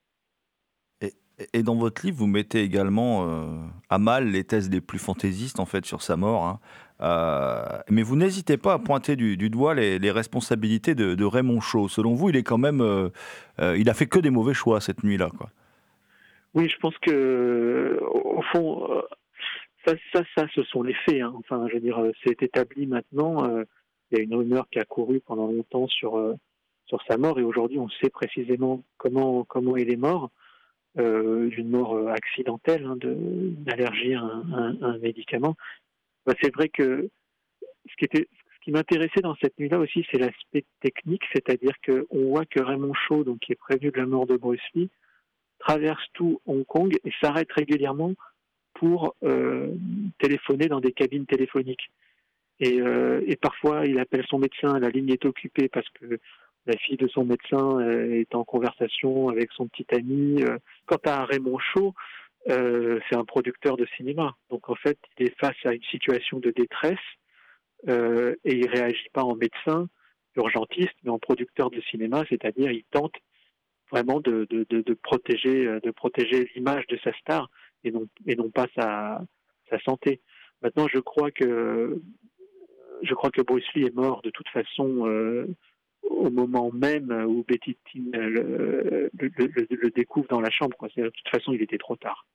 Et dans votre livre, vous mettez également à mal les thèses les plus fantaisistes en fait sur sa mort, hein. Mais vous n'hésitez pas à pointer du doigt les responsabilités de Raymond Chaud. Selon vous, il est quand même, il a fait que des mauvais choix cette nuit-là, quoi. Oui, je pense que au fond, ça, ce sont les faits, hein. Enfin, je veux dire, c'est établi maintenant. Il y a une rumeur qui a couru pendant longtemps sur sa mort, et aujourd'hui, on sait précisément comment il est mort. D'une mort accidentelle, hein, d'une allergie à un médicament. C'est vrai que ce qui m'intéressait dans cette nuit-là aussi, c'est l'aspect technique, c'est-à-dire qu'on voit que Raymond Shaw, donc qui est prévenu de la mort de Bruce Lee, traverse tout Hong Kong et s'arrête régulièrement pour téléphoner dans des cabines téléphoniques. Et parfois, il appelle son médecin, la ligne est occupée parce que la fille de son médecin est en conversation avec son petit ami. Quant à Raymond Shaw, c'est un producteur de cinéma. Donc en fait, il est face à une situation de détresse et il réagit pas en médecin urgentiste, mais en producteur de cinéma, c'est-à-dire il tente vraiment de protéger l'image de sa star et non pas sa santé. Maintenant, je crois que Bruce Lee est mort de toute façon au moment même où Betty Ting le découvre dans la chambre, quoi. De toute façon, il était trop tard.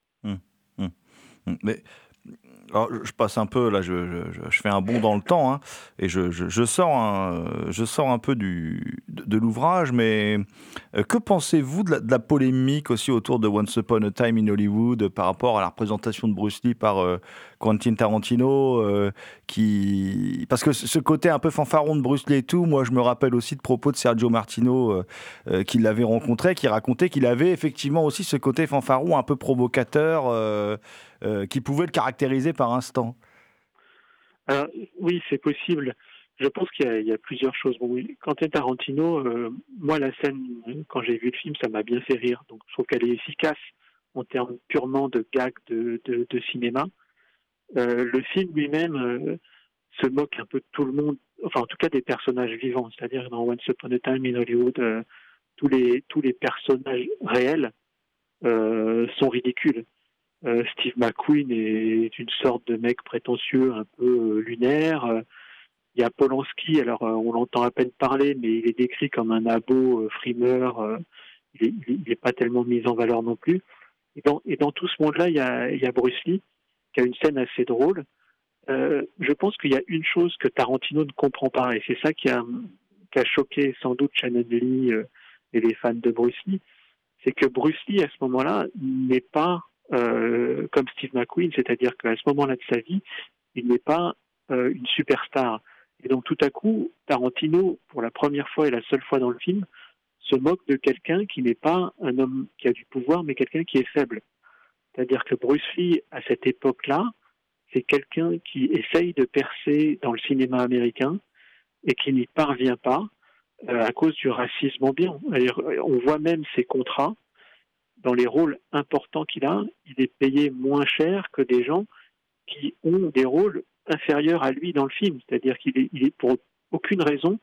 Mais alors, je passe un peu, là, je fais un bond dans le temps, hein, et je sors un peu de l'ouvrage, mais que pensez-vous de la polémique aussi autour de Once Upon a Time in Hollywood par rapport à la représentation de Bruce Lee par Quentin Tarantino, parce que ce côté un peu fanfaron de Bruce Lee et tout, moi je me rappelle aussi de propos de Sergio Martino qui l'avait rencontré, qui racontait qu'il avait effectivement aussi ce côté fanfaron un peu provocateur qui pouvait le caractériser par instant. Alors, oui, c'est possible. Je pense qu'il y a plusieurs choses. Bon, oui, Quentin Tarantino, moi, la scène, quand j'ai vu le film, ça m'a bien fait rire. Donc, je trouve qu'elle est efficace en termes purement de gags de cinéma. Le film lui-même se moque un peu de tout le monde, enfin, en tout cas des personnages vivants. C'est-à-dire, dans Once Upon a Time in Hollywood, tous les personnages réels sont ridicules. Steve McQueen est une sorte de mec prétentieux, un peu lunaire. Il y a Polanski, alors on l'entend à peine parler, mais il est décrit comme un abo frimeur. Il est pas tellement mis en valeur non plus. Et dans tout ce monde-là, il y a Bruce Lee, qui a une scène assez drôle. Je pense qu'il y a une chose que Tarantino ne comprend pas, et c'est ça qui a choqué sans doute Shannon Lee et les fans de Bruce Lee, c'est que Bruce Lee, à ce moment-là, n'est pas comme Steve McQueen, c'est-à-dire qu'à ce moment-là de sa vie, il n'est pas une superstar. Et donc tout à coup, Tarantino, pour la première fois et la seule fois dans le film, se moque de quelqu'un qui n'est pas un homme qui a du pouvoir, mais quelqu'un qui est faible. C'est-à-dire que Bruce Lee, à cette époque-là, c'est quelqu'un qui essaye de percer dans le cinéma américain et qui n'y parvient pas à cause du racisme ambiant. On voit même ses contrats. Dans les rôles importants qu'il a, il est payé moins cher que des gens qui ont des rôles inférieurs à lui dans le film. C'est-à-dire qu'il est pour aucune raison,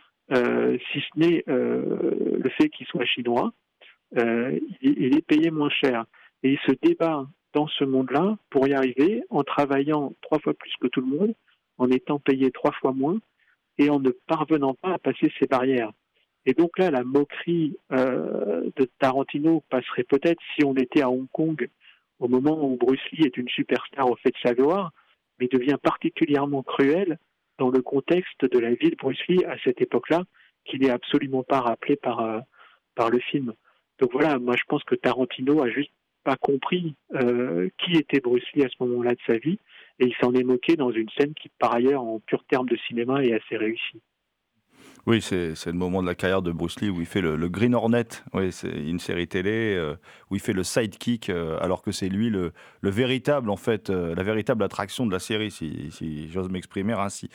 si ce n'est le fait qu'il soit chinois, il est payé moins cher. Et il se débat dans ce monde-là pour y arriver en travaillant 3 fois plus que tout le monde, en étant payé 3 fois moins et en ne parvenant pas à passer ces barrières. Et donc là, la moquerie de Tarantino passerait peut-être si on était à Hong Kong au moment où Bruce Lee est une superstar au fait de sa gloire, mais devient particulièrement cruelle dans le contexte de la vie de Bruce Lee à cette époque-là, qui n'est absolument pas rappelé par le film. Donc voilà, moi je pense que Tarantino a juste pas compris qui était Bruce Lee à ce moment-là de sa vie, et il s'en est moqué dans une scène qui, par ailleurs, en pur terme de cinéma, est assez réussie. Oui, c'est le moment de la carrière de Bruce Lee où il fait le Green Hornet. Oui, c'est une série télé où il fait le sidekick alors que c'est lui le véritable, en fait, la véritable attraction de la série, si j'ose m'exprimer ainsi.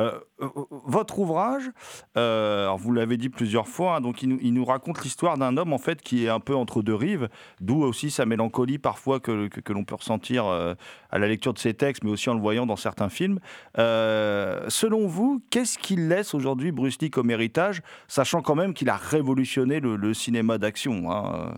Votre ouvrage, alors vous l'avez dit plusieurs fois, hein, donc il nous raconte l'histoire d'un homme en fait qui est un peu entre deux rives, d'où aussi sa mélancolie parfois que l'on peut ressentir à la lecture de ses textes, mais aussi en le voyant dans certains films. Selon vous, qu'est-ce qu'il laisse aujourd'hui Bruce Lee comme héritage, sachant quand même qu'il a révolutionné le cinéma d'action, hein.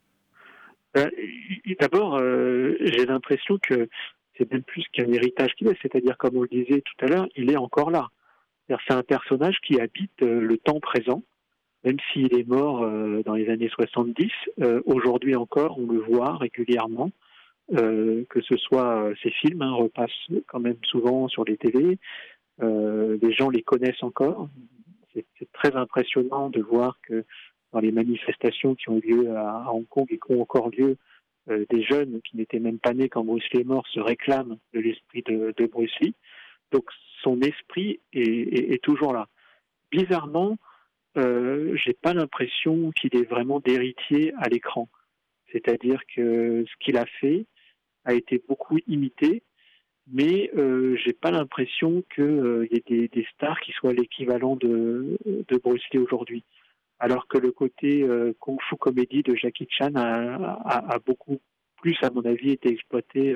D'abord, j'ai l'impression que c'est même plus qu'un héritage qu'il est, c'est-à-dire, comme on le disait tout à l'heure, il est encore là. C'est un personnage qui habite le temps présent, même s'il est mort dans les années 70. Aujourd'hui encore, on le voit régulièrement, que ce soit ses films, repassent quand même souvent sur les télés, les gens les connaissent encore. C'est très impressionnant de voir que dans les manifestations qui ont eu lieu à Hong Kong et qui ont encore lieu, des jeunes qui n'étaient même pas nés quand Bruce Lee est mort se réclament de l'esprit de Bruce Lee. Donc son esprit est toujours là. Bizarrement, j'ai pas l'impression qu'il est vraiment d'héritier à l'écran. C'est-à-dire que ce qu'il a fait a été beaucoup imité, mais j'ai pas l'impression qu'il y ait des stars qui soient l'équivalent de Bruce Lee aujourd'hui. Alors que le côté Kung Fu comédie de Jackie Chan a beaucoup plus, à mon avis, été exploité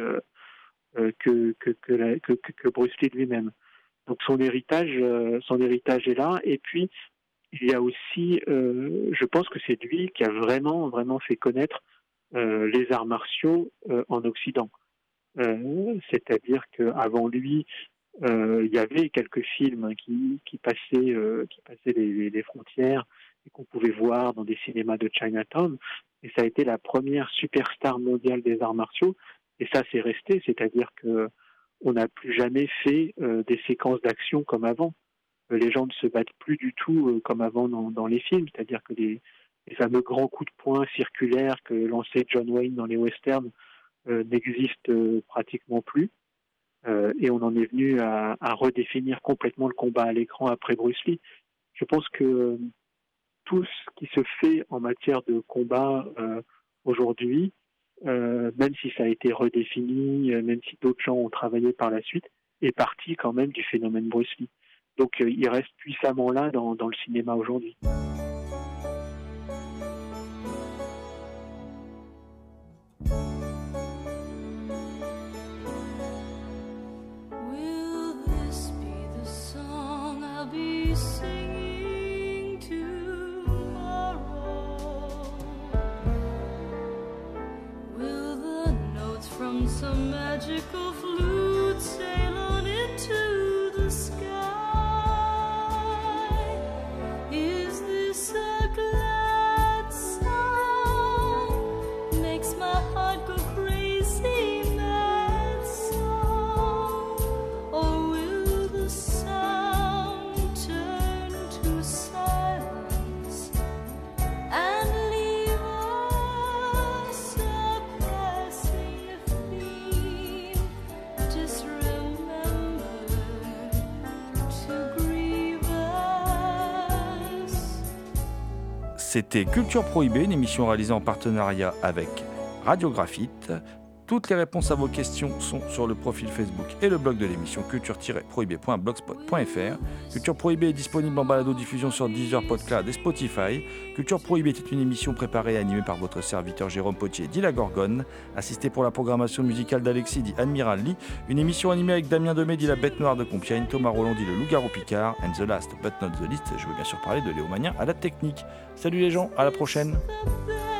que Bruce Lee lui-même. Donc son héritage est là. Et puis il y a aussi, je pense que c'est lui qui a vraiment fait connaître les arts martiaux en Occident. C'est-à-dire qu'avant lui, il y avait quelques films qui passaient les frontières et qu'on pouvait voir dans des cinémas de Chinatown. Et ça a été la première superstar mondiale des arts martiaux. Et ça, c'est resté. C'est-à-dire qu'on n'a plus jamais fait des séquences d'action comme avant. Les gens ne se battent plus du tout comme avant dans les films. C'est-à-dire que les fameux grands coups de poing circulaires que lançait John Wayne dans les westerns n'existent pratiquement plus. Et on en est venu à redéfinir complètement le combat à l'écran après Bruce Lee. Je pense que tout ce qui se fait en matière de combat aujourd'hui, même si ça a été redéfini, même si d'autres gens ont travaillé par la suite, est parti quand même du phénomène Bruce Lee. Donc il reste puissamment là dans le cinéma aujourd'hui. Some magical flute sail on into the sky. Is this a glad song? Makes my heart go crazy, mad song. Or will the sound turn to silence and leave us a passing theme? Just remember to grieve us. C'était Culture Prohibée, une émission réalisée en partenariat avec Radio Graphite. Toutes les réponses à vos questions sont sur le profil Facebook et le blog de l'émission culture-prohibée.blogspot.fr. Culture Prohibée est disponible en balado-diffusion sur Deezer, Podcast et Spotify. Culture Prohibée était une émission préparée et animée par votre serviteur Jérôme Potier, dit La Gorgone, assisté pour la programmation musicale d'Alexis, dit Admiral Lee, une émission animée avec Damien Demey, dit La Bête Noire de Compiègne, Thomas Roland, dit Le Loup-Garou Picard, and the last but not the least, je veux bien sûr parler de Léo Magnin à la technique. Salut les gens, à la prochaine. The